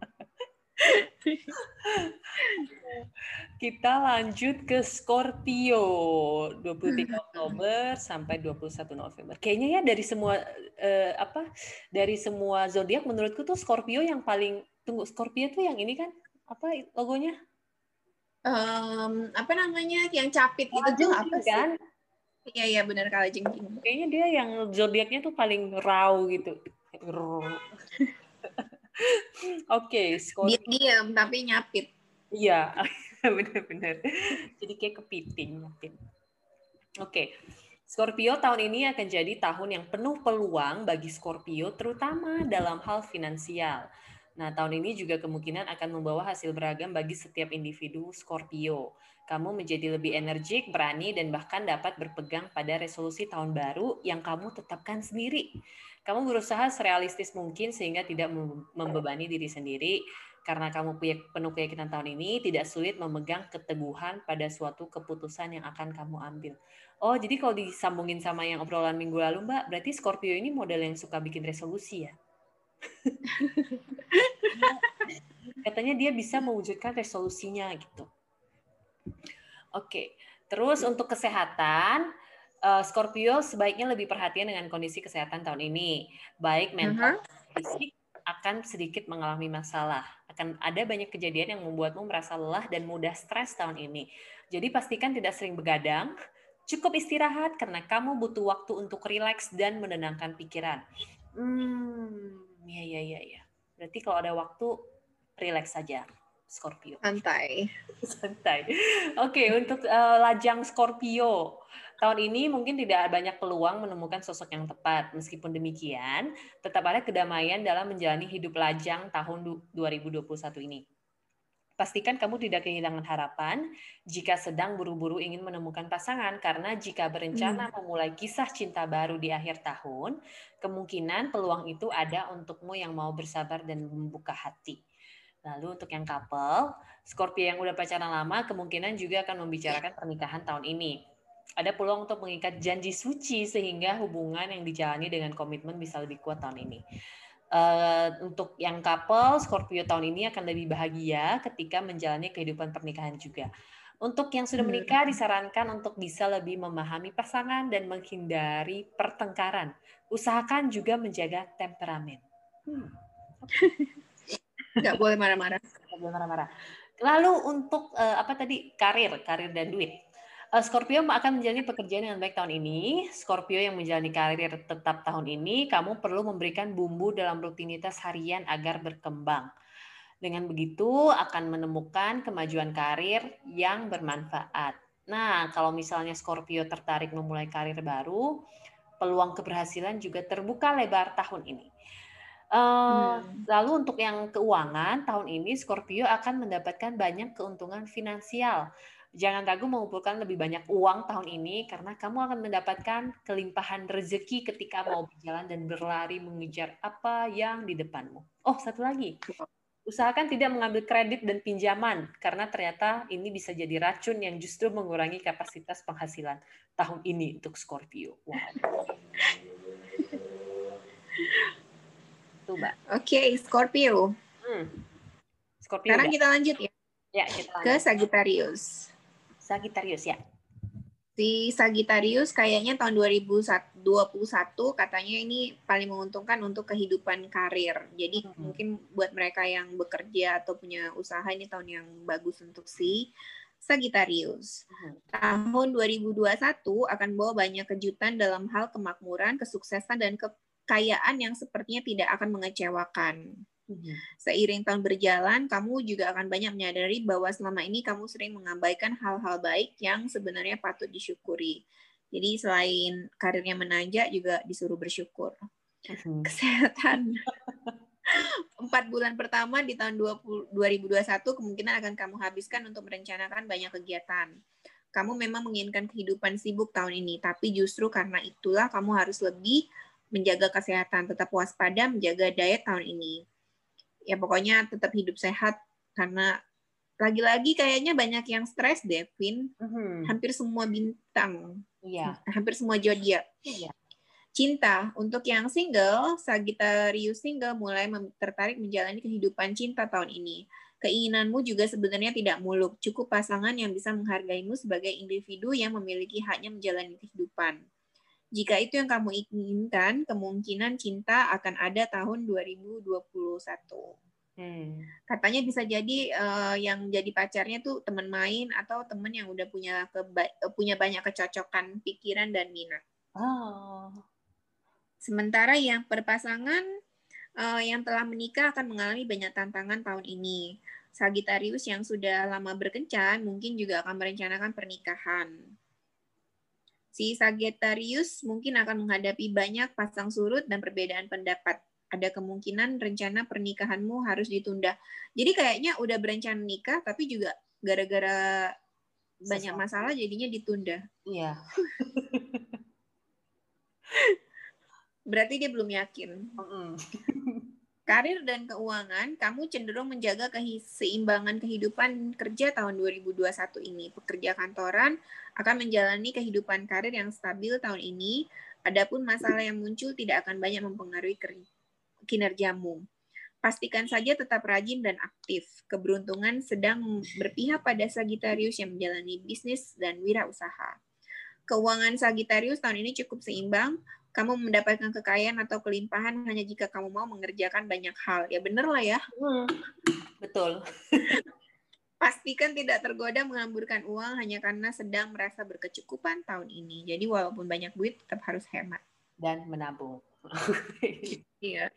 Kita lanjut ke Scorpio, dua puluh tiga Oktober sampai dua puluh satu November. Kayaknya ya dari semua eh, apa? Dari semua zodiak menurutku tuh Scorpio yang paling tunggu Scorpio tuh yang ini kan apa logonya? Um, apa namanya? Yang capit gitu tuh apa sih? Kan? Iya iya benar kalajengking. Kayaknya dia yang zodiaknya tuh paling raw gitu. Oke, okay, dia diam tapi nyapit. Iya, benar-benar. Jadi kayak kepiting nyapit. Oke, okay. Scorpio tahun ini akan jadi tahun yang penuh peluang bagi Scorpio, terutama dalam hal finansial. Nah, tahun ini juga kemungkinan akan membawa hasil beragam bagi setiap individu Scorpio. Kamu menjadi lebih energik, berani, dan bahkan dapat berpegang pada resolusi tahun baru yang kamu tetapkan sendiri. Kamu berusaha serealistis mungkin sehingga tidak membebani diri sendiri. Karena kamu punya penuh keyakinan tahun ini, tidak sulit memegang keteguhan pada suatu keputusan yang akan kamu ambil. Oh, jadi kalau disambungin sama yang obrolan minggu lalu, Mbak, berarti Scorpio ini model yang suka bikin resolusi ya? Katanya dia bisa mewujudkan resolusinya gitu. Oke, terus untuk kesehatan, Scorpio sebaiknya lebih perhatian dengan kondisi kesehatan tahun ini. Baik mental, uh-huh. fisik akan sedikit mengalami masalah. Akan ada banyak kejadian yang membuatmu merasa lelah dan mudah stres tahun ini. Jadi pastikan tidak sering begadang, cukup istirahat karena kamu butuh waktu untuk rileks dan menenangkan pikiran. Hmm, ya ya ya ya. Berarti kalau ada waktu, rileks saja. Scorpio. Santai. Santai. Oke, untuk uh, lajang Scorpio. Tahun ini mungkin tidak banyak peluang menemukan sosok yang tepat. Meskipun demikian, tetap ada kedamaian dalam menjalani hidup lajang tahun dua ribu dua puluh satu ini. Pastikan kamu tidak kehilangan harapan jika sedang buru-buru ingin menemukan pasangan, karena jika berencana hmm. memulai kisah cinta baru di akhir tahun, kemungkinan peluang itu ada untukmu yang mau bersabar dan membuka hati. Lalu untuk yang couple, Scorpio yang udah pacaran lama kemungkinan juga akan membicarakan pernikahan tahun ini. Ada peluang untuk mengikat janji suci sehingga hubungan yang dijalani dengan komitmen bisa lebih kuat tahun ini. Uh, untuk yang couple, Scorpio tahun ini akan lebih bahagia ketika menjalani kehidupan pernikahan juga. Untuk yang sudah menikah disarankan untuk bisa lebih memahami pasangan dan menghindari pertengkaran. Usahakan juga menjaga temperamen. Hmm. Nggak boleh marah-marah. Nggak boleh marah-marah. Lalu untuk uh, apa tadi karir, karir dan duit. Uh, Scorpio akan menjalani pekerjaan dengan baik tahun ini. Scorpio yang menjalani karir tetap tahun ini, kamu perlu memberikan bumbu dalam rutinitas harian agar berkembang. Dengan begitu akan menemukan kemajuan karir yang bermanfaat. Nah, kalau misalnya Scorpio tertarik memulai karir baru, peluang keberhasilan juga terbuka lebar tahun ini. Uh, hmm. Lalu untuk yang keuangan, tahun ini Scorpio akan mendapatkan banyak keuntungan finansial. Jangan ragu mengumpulkan lebih banyak uang tahun ini karena kamu akan mendapatkan kelimpahan rezeki ketika mau berjalan dan berlari mengejar apa yang di depanmu. Oh, satu lagi. Usahakan tidak mengambil kredit dan pinjaman karena ternyata ini bisa jadi racun yang justru mengurangi kapasitas penghasilan tahun ini untuk Scorpio. Wow. Oke, okay, Scorpio. Hmm. Scorpio. Sekarang udah. kita lanjut ya. Ya, kita lanjut. Ke Sagittarius. Sagittarius ya. Si Sagittarius kayaknya tahun dua ribu dua puluh satu katanya ini paling menguntungkan untuk kehidupan karir. Jadi hmm. mungkin buat mereka yang bekerja atau punya usaha ini tahun yang bagus untuk si Sagittarius. Hmm. Tahun dua ribu dua puluh satu akan bawa banyak kejutan dalam hal kemakmuran, kesuksesan, dan kekayaan yang sepertinya tidak akan mengecewakan. Seiring tahun berjalan, kamu juga akan banyak menyadari bahwa selama ini kamu sering mengabaikan hal-hal baik yang sebenarnya patut disyukuri. Jadi selain karirnya menanjak, juga disuruh bersyukur. Uh-huh. Kesehatan. Empat bulan pertama di tahun dua ribu dua puluh satu kemungkinan akan kamu habiskan untuk merencanakan banyak kegiatan. Kamu memang menginginkan kehidupan sibuk tahun ini, tapi justru karena itulah kamu harus lebih menjaga kesehatan, tetap waspada, menjaga diet tahun ini. Ya pokoknya tetap hidup sehat, karena lagi-lagi kayaknya banyak yang stres deh, Vin. Uh-huh. Hampir semua bintang. Iya. Hampir semua zodiak. Iya. Cinta. Untuk yang single, Sagittarius single mulai tertarik menjalani kehidupan cinta tahun ini. Keinginanmu juga sebenarnya tidak muluk. Cukup pasangan yang bisa menghargaimu sebagai individu yang memiliki haknya menjalani kehidupan. Jika itu yang kamu inginkan, kemungkinan cinta akan ada tahun dua ribu dua puluh satu. Hmm. Katanya bisa jadi uh, yang jadi pacarnya tuh teman main atau teman yang udah punya keba- punya banyak kecocokan pikiran dan minat. Oh. Sementara yang berpasangan uh, yang telah menikah akan mengalami banyak tantangan tahun ini. Sagittarius yang sudah lama berkencan mungkin juga akan merencanakan pernikahan. Si Sagittarius mungkin akan menghadapi banyak pasang surut dan perbedaan pendapat. Ada kemungkinan rencana pernikahanmu harus ditunda. Jadi kayaknya udah berencana nikah, tapi juga gara-gara banyak masalah jadinya ditunda. Iya. Berarti dia belum yakin. Mm-hmm. Karir dan keuangan, kamu cenderung menjaga keseimbangan kehidupan kerja tahun dua ribu dua puluh satu ini. Pekerja kantoran akan menjalani kehidupan karir yang stabil tahun ini. Adapun masalah yang muncul tidak akan banyak mempengaruhi kinerjamu. Pastikan saja tetap rajin dan aktif. Keberuntungan sedang berpihak pada Sagittarius yang menjalani bisnis dan wirausaha. Keuangan Sagittarius tahun ini cukup seimbang. Kamu mendapatkan kekayaan atau kelimpahan hanya jika kamu mau mengerjakan banyak hal. Ya bener lah ya. Hmm, betul. Pastikan tidak tergoda mengamburkan uang hanya karena sedang merasa berkecukupan tahun ini. Jadi walaupun banyak duit, tetap harus hemat. Dan menabung. Iya.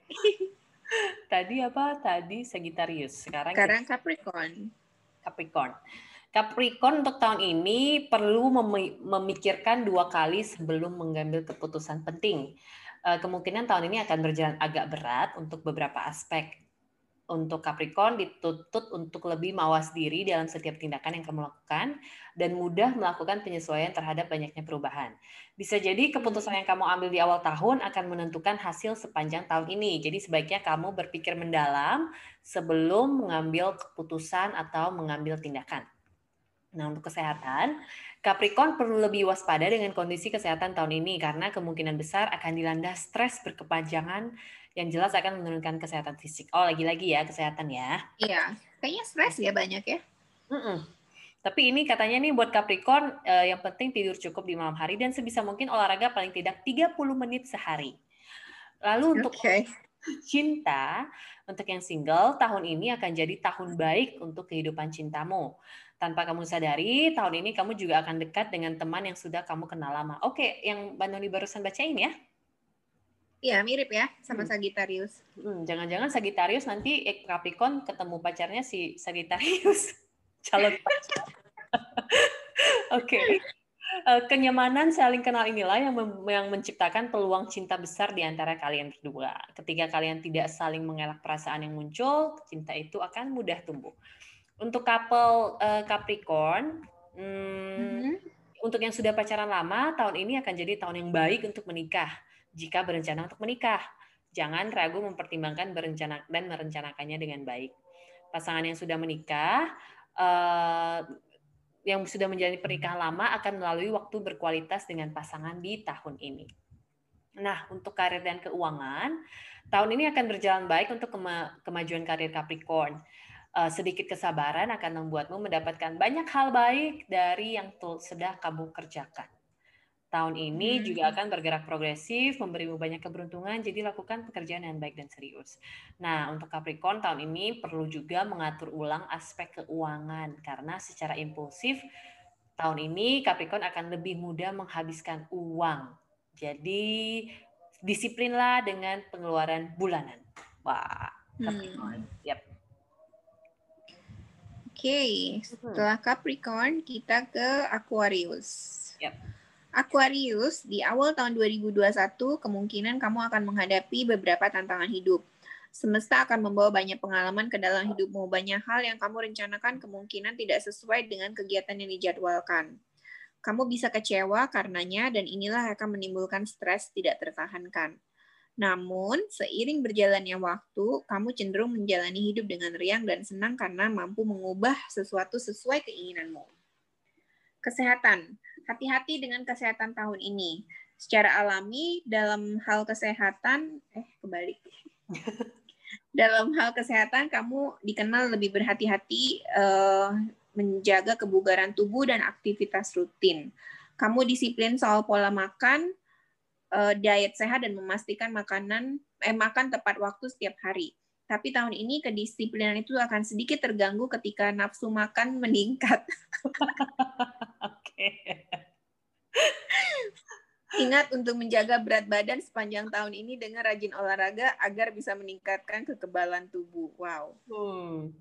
Tadi apa? Tadi Sagittarius. Sekarang, Sekarang kita... Capricorn. Capricorn. Capricorn untuk tahun ini perlu memikirkan dua kali sebelum mengambil keputusan penting. Kemungkinan tahun ini akan berjalan agak berat untuk beberapa aspek. Untuk Capricorn dituntut untuk lebih mawas diri dalam setiap tindakan yang kamu lakukan dan mudah melakukan penyesuaian terhadap banyaknya perubahan. Bisa jadi keputusan yang kamu ambil di awal tahun akan menentukan hasil sepanjang tahun ini. Jadi sebaiknya kamu berpikir mendalam sebelum mengambil keputusan atau mengambil tindakan. Nah, untuk kesehatan, Capricorn perlu lebih waspada dengan kondisi kesehatan tahun ini karena kemungkinan besar akan dilanda stres berkepanjangan yang jelas akan menurunkan kesehatan fisik. Oh, lagi-lagi ya kesehatan ya. Iya, kayaknya stres ya banyak ya. Mm-mm. Tapi ini katanya nih buat Capricorn eh, yang penting tidur cukup di malam hari dan sebisa mungkin olahraga paling tidak tiga puluh menit sehari. Lalu untuk okay. cinta, untuk yang single, tahun ini akan jadi tahun baik untuk kehidupan cintamu. Tanpa kamu sadari, tahun ini kamu juga akan dekat dengan teman yang sudah kamu kenal lama. Oke, yang Mbak Noni barusan bacain ya? Iya, mirip ya sama Sagittarius. Hmm, jangan-jangan Sagittarius nanti eh, Capricorn ketemu pacarnya si Sagittarius. Calon pacar. Oke. Okay. Kenyamanan saling kenal inilah yang yang menciptakan peluang cinta besar di antara kalian berdua. Ketika kalian tidak saling mengelak perasaan yang muncul, cinta itu akan mudah tumbuh. Untuk couple uh, Capricorn, hmm, mm-hmm. untuk yang sudah pacaran lama, tahun ini akan jadi tahun yang baik untuk menikah. Jika berencana untuk menikah, jangan ragu mempertimbangkan berencana dan merencanakannya dengan baik. Pasangan yang sudah menikah, uh, yang sudah menjalani pernikahan lama akan melalui waktu berkualitas dengan pasangan di tahun ini. Nah, untuk karir dan keuangan, tahun ini akan berjalan baik untuk kema- kemajuan karir Capricorn. Uh, sedikit kesabaran akan membuatmu mendapatkan banyak hal baik dari yang sudah kamu kerjakan. Tahun ini hmm. juga akan bergerak progresif, memberimu banyak keberuntungan, jadi lakukan pekerjaan yang baik dan serius. Nah, untuk Capricorn tahun ini perlu juga mengatur ulang aspek keuangan, karena secara impulsif tahun ini Capricorn akan lebih mudah menghabiskan uang. Jadi disiplinlah dengan pengeluaran bulanan. Wah, Capricorn. Hmm. Yap. Oke, okay. Setelah Capricorn kita ke Aquarius. Yap. Aquarius, di awal tahun dua ribu dua puluh satu kemungkinan kamu akan menghadapi beberapa tantangan hidup. Semesta akan membawa banyak pengalaman ke dalam hidupmu. Banyak hal yang kamu rencanakan kemungkinan tidak sesuai dengan kegiatan yang dijadwalkan. Kamu bisa kecewa karenanya, dan inilah akan menimbulkan stres tidak tertahankan. Namun, seiring berjalannya waktu, kamu cenderung menjalani hidup dengan riang dan senang karena mampu mengubah sesuatu sesuai keinginanmu. Kesehatan. Hati-hati dengan kesehatan tahun ini. Secara alami, dalam hal kesehatan, eh kebalik. Dalam hal kesehatan, kamu dikenal lebih berhati-hati uh, menjaga kebugaran tubuh dan aktivitas rutin. Kamu disiplin soal pola makan, uh, diet sehat, dan memastikan makanan eh, makan tepat waktu setiap hari. Tapi tahun ini kedisiplinan itu akan sedikit terganggu ketika nafsu makan meningkat. Oke. Ingat untuk menjaga berat badan sepanjang tahun ini dengan rajin olahraga agar bisa meningkatkan kekebalan tubuh. Wow. Hmm.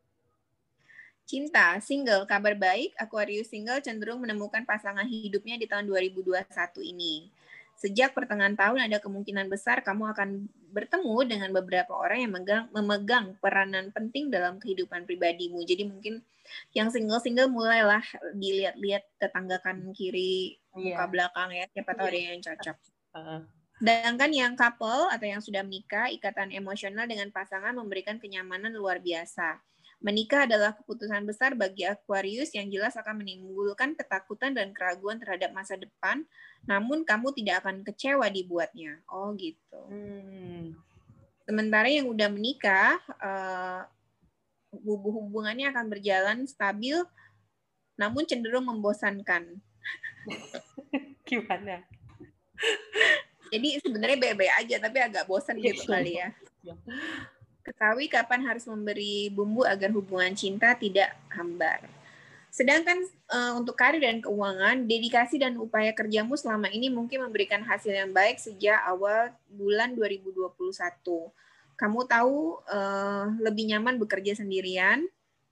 Cinta, single, kabar baik, Aquarius single cenderung menemukan pasangan hidupnya di tahun dua ribu dua puluh satu ini. Sejak pertengahan tahun ada kemungkinan besar kamu akan bertemu dengan beberapa orang yang memegang, memegang peranan penting dalam kehidupan pribadimu. Jadi mungkin yang single-single mulailah dilihat-lihat tetangga kanan kiri, muka yeah. belakang ya, siapa tahu yeah. ada yang cocok. Uh-huh. Sedangkan yang couple atau yang sudah menikah, ikatan emosional dengan pasangan memberikan kenyamanan luar biasa. Menikah adalah keputusan besar bagi Aquarius yang jelas akan menimbulkan ketakutan dan keraguan terhadap masa depan, namun kamu tidak akan kecewa dibuatnya. Oh gitu. Hmm. Sementara yang udah menikah, uh, hubungannya akan berjalan stabil, namun cenderung membosankan. Gimana? Jadi sebenarnya bebe aja, tapi agak bosan gitu kali ya. Ketahui kapan harus memberi bumbu agar hubungan cinta tidak hambar. Sedangkan uh, untuk karir dan keuangan, dedikasi dan upaya kerjamu selama ini mungkin memberikan hasil yang baik sejak awal bulan dua ribu dua puluh satu. Kamu tahu uh, lebih nyaman bekerja sendirian,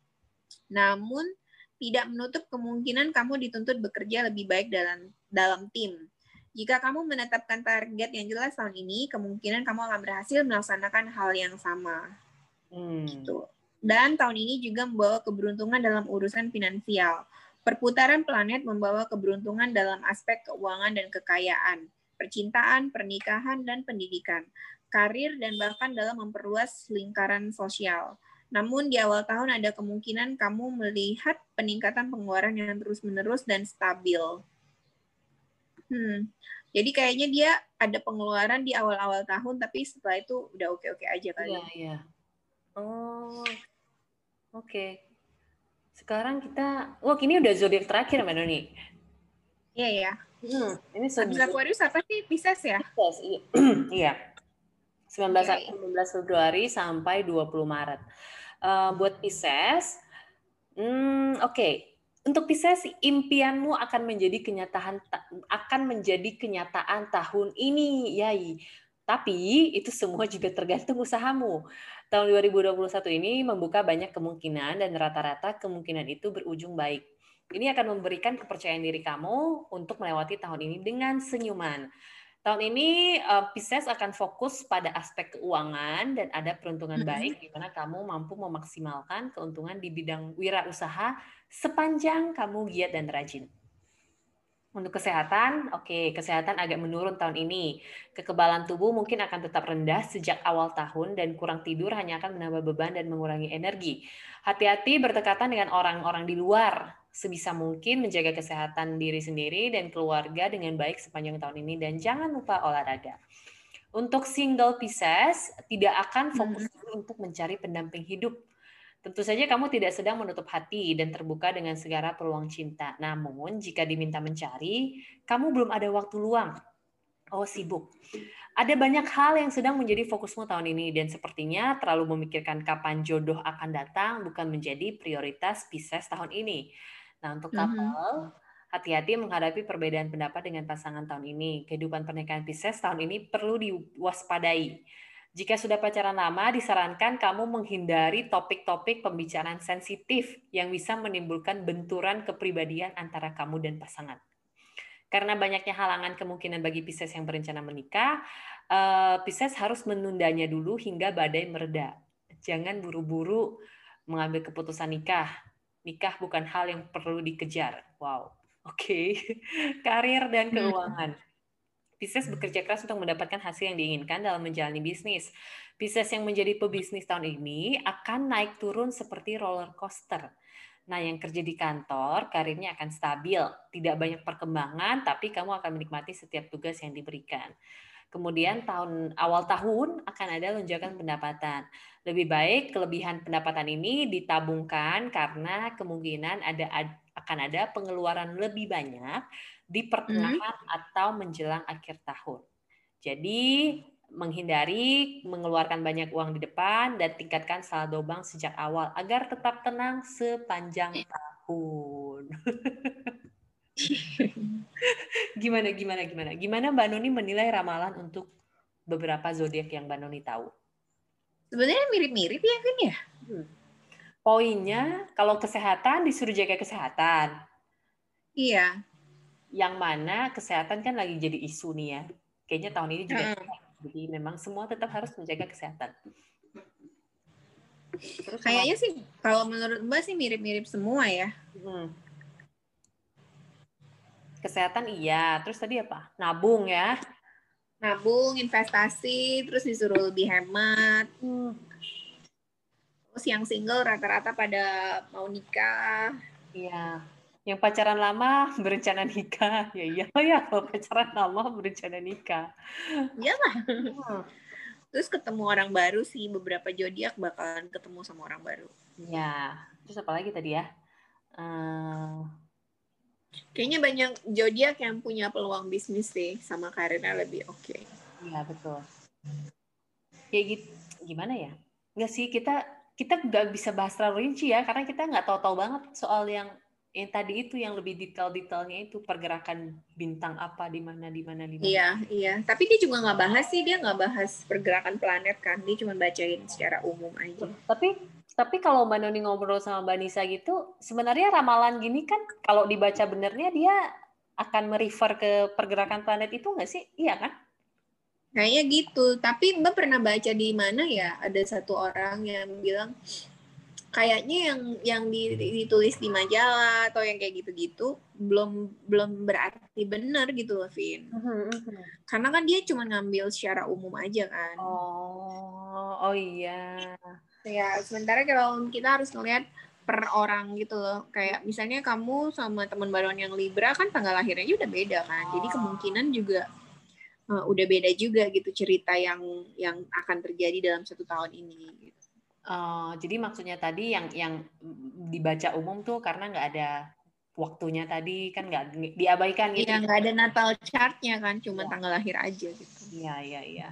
namun tidak menutup kemungkinan kamu dituntut bekerja lebih baik dalam dalam tim. Jika kamu menetapkan target yang jelas tahun ini, kemungkinan kamu akan berhasil melaksanakan hal yang sama. Hmm. Gitu. Dan tahun ini juga membawa keberuntungan dalam urusan finansial. Perputaran planet membawa keberuntungan dalam aspek keuangan dan kekayaan, percintaan, pernikahan, dan pendidikan, karir, dan bahkan dalam memperluas lingkaran sosial. Namun di awal tahun ada kemungkinan kamu melihat peningkatan pengeluaran yang terus-menerus dan stabil. Hmm. Jadi kayaknya dia ada pengeluaran di awal-awal tahun, tapi setelah itu udah oke-oke aja kali. Iya, iya. Oh, oke. Okay. Sekarang kita, wah ini udah zodiak terakhir, Mbak Noni. Iya, ya. Hmm, ini Habis Aquarius apa sih? Pisces ya? Pisces, iya. Iya. sembilan belas Februari sampai dua puluh Maret. Uh, buat Pisces, hmm, oke. Okay. Untuk Pisces, impianmu akan menjadi kenyataan akan menjadi kenyataan tahun ini, Yai. Tapi itu semua juga tergantung usahamu. Tahun dua ribu dua puluh satu ini membuka banyak kemungkinan dan rata-rata kemungkinan itu berujung baik. Ini akan memberikan kepercayaan diri kamu untuk melewati tahun ini dengan senyuman. Tahun ini uh, Pisces akan fokus pada aspek keuangan dan ada peruntungan mm-hmm. baik di mana kamu mampu memaksimalkan keuntungan di bidang wirausaha sepanjang kamu giat dan rajin. Untuk kesehatan, oke, okay, kesehatan agak menurun tahun ini. Kekebalan tubuh mungkin akan tetap rendah sejak awal tahun dan kurang tidur hanya akan menambah beban dan mengurangi energi. Hati-hati berdekatan dengan orang-orang di luar. Sebisa mungkin menjaga kesehatan diri sendiri dan keluarga dengan baik sepanjang tahun ini dan jangan lupa olahraga. Untuk single Pisces, tidak akan fokus hmm. untuk mencari pendamping hidup. Tentu saja kamu tidak sedang menutup hati dan terbuka dengan segala peluang cinta. Namun, jika diminta mencari, kamu belum ada waktu luang. Oh, sibuk. Ada banyak hal yang sedang menjadi fokusmu tahun ini dan sepertinya terlalu memikirkan kapan jodoh akan datang bukan menjadi prioritas Pisces tahun ini. Nah, untuk couple, hati-hati menghadapi perbedaan pendapat dengan pasangan tahun ini. Kehidupan pernikahan Pisces tahun ini perlu diwaspadai. Jika sudah pacaran lama, disarankan kamu menghindari topik-topik pembicaraan sensitif yang bisa menimbulkan benturan kepribadian antara kamu dan pasangan. Karena banyaknya halangan kemungkinan bagi Pisces yang berencana menikah, Pisces harus menundanya dulu hingga badai mereda. Jangan buru-buru mengambil keputusan nikah. Nikah bukan hal yang perlu dikejar. Wow, oke. Okay. Karir dan keuangan. Pisces bekerja keras untuk mendapatkan hasil yang diinginkan dalam menjalani bisnis. Pisces yang menjadi pebisnis tahun ini akan naik turun seperti roller coaster. Nah, yang kerja di kantor, karirnya akan stabil. Tidak banyak perkembangan, tapi kamu akan menikmati setiap tugas yang diberikan. Kemudian tahun awal tahun akan ada lonjakan pendapatan. Lebih baik kelebihan pendapatan ini ditabungkan karena kemungkinan ada akan ada pengeluaran lebih banyak di pertengahan hmm. atau menjelang akhir tahun. Jadi menghindari mengeluarkan banyak uang di depan dan tingkatkan saldo bank sejak awal agar tetap tenang sepanjang tahun. Gimana, gimana, gimana? Gimana Mbak Noni menilai ramalan untuk beberapa zodiak yang Mbak Noni tahu? Sebenarnya mirip-mirip ya, Vin ya? Hmm. Poinnya, kalau kesehatan disuruh jaga kesehatan. Iya. Yang mana kesehatan kan lagi jadi isu nih ya. Kayaknya tahun ini juga. Hmm. Jadi memang semua tetap harus menjaga kesehatan. Terus kayaknya sama... sih, kalau menurut Mbak sih mirip-mirip semua ya. Hmm. Kesehatan iya, terus tadi apa? Nabung ya. Nabung, investasi, terus disuruh lebih hemat. Hmm. Terus yang single rata-rata pada mau nikah. Iya. Yang pacaran lama berencana nikah. Ya iya ya, kalau pacaran lama berencana nikah. Iyalah. Hmm. Terus ketemu orang baru sih, beberapa zodiak bakalan ketemu sama orang baru. Iya. Terus apa lagi tadi ya? Uh... Kayaknya banyak zodiak yang punya peluang bisnis sih, sama karirnya lebih oke. Okay. Iya, betul. Kayak gitu, gimana ya? Nggak sih, kita kita nggak bisa bahas terlalu rinci ya, karena kita nggak tahu-tahu banget soal yang yang tadi itu, yang lebih detail-detailnya itu, pergerakan bintang apa, di mana, di mana, di mana. Iya, iya. Tapi dia juga nggak bahas sih, dia nggak bahas pergerakan planet kan, dia cuma bacain secara umum aja. Tapi Tapi kalau Mbak Noni ngobrol sama Mbak Nisa gitu, sebenarnya ramalan gini kan kalau dibaca benernya dia akan merefer ke pergerakan planet itu nggak sih? Iya kan? Kayaknya gitu. Tapi Mbak pernah baca di mana ya? Ada satu orang yang bilang kayaknya yang yang ditulis di majalah atau yang kayak gitu-gitu belum belum berarti benar gitu loh, Vin. Uh-huh. Karena kan dia cuma ngambil secara umum aja kan. Oh, oh iya. Ya, sementara kalau kita harus ngelihat per orang gitu loh. Kayak misalnya kamu sama teman baruan yang Libra kan tanggal lahirnya udah beda kan. Oh. Jadi kemungkinan juga uh, udah beda juga gitu cerita yang yang akan terjadi dalam satu tahun ini. Gitu. Uh, jadi maksudnya tadi yang yang dibaca umum tuh karena nggak ada waktunya tadi kan nggak diabaikan gitu. Iya, nggak ada natal chartnya kan, cuma ya. Tanggal lahir aja gitu. Iya, iya, iya.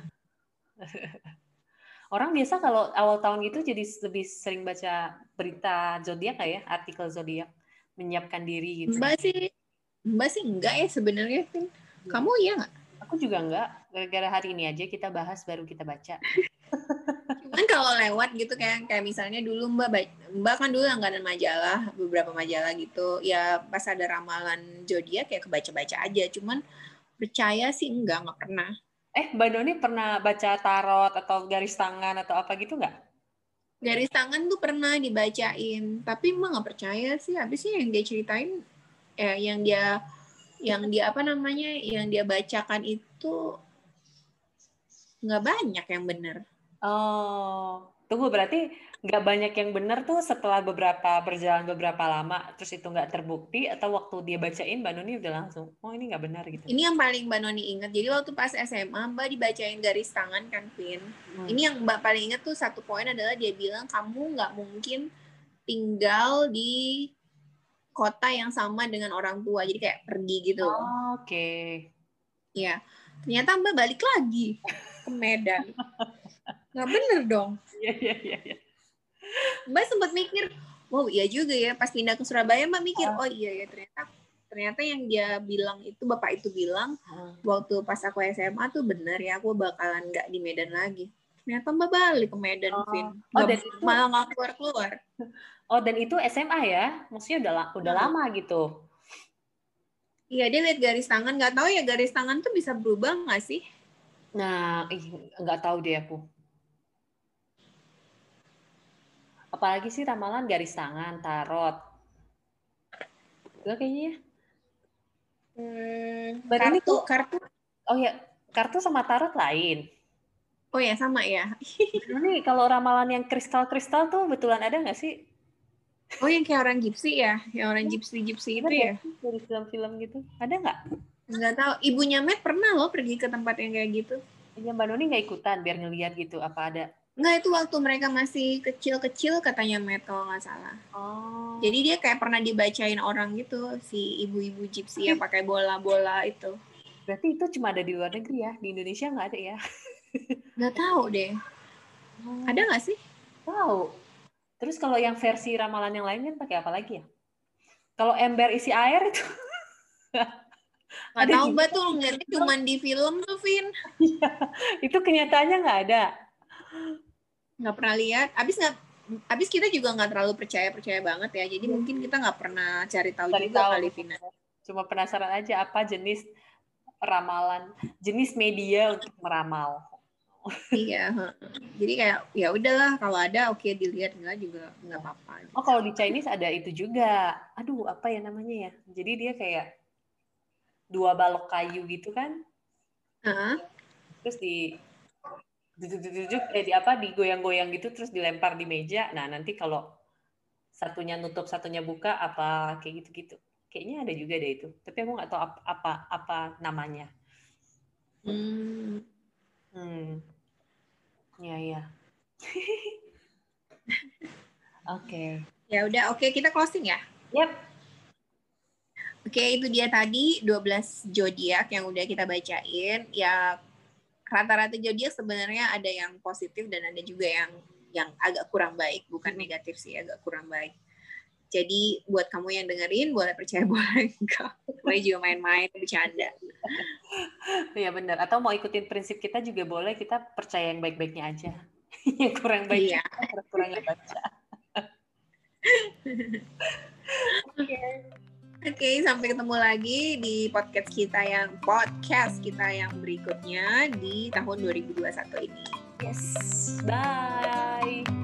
Orang biasa kalau awal tahun gitu jadi lebih sering baca berita zodiak nggak ya, artikel zodiak, menyiapkan diri gitu. Mbak sih, Mbak sih enggak ya sebenarnya, Vin. Ya. Kamu iya nggak? Aku juga enggak. Gara-gara hari ini aja kita bahas baru kita baca. Cuman kalau lewat gitu kayak kayak misalnya dulu Mbak Mbak kan dulu langganan majalah, beberapa majalah gitu. Ya pas ada ramalan zodiak kayak kebaca-baca aja. Cuman percaya sih enggak, nggak pernah. Eh, Mbak Noni pernah baca tarot atau garis tangan atau apa gitu nggak? Garis tangan tuh pernah dibacain, tapi Mbak nggak percaya sih. Habisnya yang dia ceritain, eh, yang dia yang dia apa namanya, yang dia bacakan itu nggak banyak yang benar. Oh, Tunggu, berarti nggak banyak yang benar tuh setelah beberapa berjalan beberapa lama, terus itu nggak terbukti, atau waktu dia bacain Mbak Noni udah langsung, oh ini nggak benar gitu? Ini yang paling Mbak Noni ingat. Jadi waktu pas S M A, Mbak dibacain garis tangan kan, Vin. Hmm. Ini yang Mbak paling ingat tuh satu poin adalah dia bilang, kamu nggak mungkin tinggal di kota yang sama dengan orang tua. Jadi kayak pergi gitu. Oh, oke. Okay. Ya, ternyata Mbak balik lagi ke Medan. Nggak bener dong. Iya, iya, iya. Mbak sempat mikir, wow iya juga ya. Pas pindah ke Surabaya, Mbak mikir, oh iya ya ternyata ternyata yang dia bilang itu, bapak itu bilang, hmm. waktu pas aku S M A tuh bener ya, aku bakalan nggak di Medan lagi. Ternyata Mbak balik ke Medan, oh. Vin. Oh, Gak, itu, malah nggak keluar-keluar. Oh, dan itu S M A ya? Maksudnya udah, udah hmm. lama gitu? Iya, dia lihat garis tangan. Nggak tahu ya garis tangan tuh bisa berubah nggak sih? Nah, nggak tahu deh aku. Apalagi sih ramalan garis tangan, tarot. Enggak kayaknya. Hmm, kartu, tuh, kartu. Oh ya, kartu sama tarot lain. Oh ya, sama ya. Ini kalau ramalan yang kristal-kristal tuh betulan ada nggak sih? Oh, yang kayak orang gypsy ya? Yang orang gypsy-gypsy itu ya? Dari film-film gitu. Ada nggak? Nggak tahu. Ibunya Matt pernah loh pergi ke tempat yang kayak gitu. Ya, Mbak Noni nggak ikutan biar ngeliat gitu, apa ada? Nggak, itu waktu mereka masih kecil-kecil katanya Matt kalau nggak salah. Oh. Jadi dia kayak pernah dibacain orang gitu, si ibu-ibu gypsy yang pakai bola-bola itu. Berarti itu cuma ada di luar negeri ya? Di Indonesia nggak ada ya? Nggak tahu deh. Oh. Ada nggak sih? Tahu. Terus kalau yang versi ramalan yang lain kan pakai apa lagi ya? Kalau ember isi air itu nggak tahu Mbak tuh ngeliatnya cuma di film tuh, Vin. Iya, itu kenyataannya nggak ada. Nggak pernah lihat. Abis nggak, abis kita juga nggak terlalu percaya percaya banget ya. Jadi hmm. mungkin kita nggak pernah cari tahu cari juga tahu. Kali, Vina. Cuma penasaran aja apa jenis ramalan, jenis media untuk meramal. Iya, jadi kayak ya udahlah kalau ada oke okay, dilihat, enggak juga nggak apa-apa. Oh, kalau di Chinese ada itu juga. Aduh, apa ya namanya ya? Jadi dia kayak dua balok kayu gitu kan? Uh-huh. Terus di jujuk-jujuk eh di apa digoyang-goyang gitu terus dilempar di meja. Nah, nanti kalau satunya nutup, satunya buka apa kayak gitu-gitu. Kayaknya ada juga deh itu. Tapi aku nggak tahu apa apa, apa namanya. Hmm. Hmm. Ya, ya. Oke. Okay. Ya udah, oke okay, kita closing ya. Yep. Oke, okay, itu dia tadi dua belas zodiak yang udah kita bacain. Ya rata-rata zodiak sebenarnya ada yang positif dan ada juga yang yang agak kurang baik, bukan hmm. negatif sih, agak kurang baik. Jadi buat kamu yang dengerin, boleh percaya boleh enggak. Boleh juga main-main, bercanda. Iya benar. Atau mau ikutin prinsip kita juga boleh, kita percaya yang baik-baiknya aja. Yang kurang baik iya. kurang baca. Oke. Okay. Oke, okay, sampai ketemu lagi di podcast kita yang podcast kita yang berikutnya di tahun dua ribu dua puluh satu ini. Yes. Bye.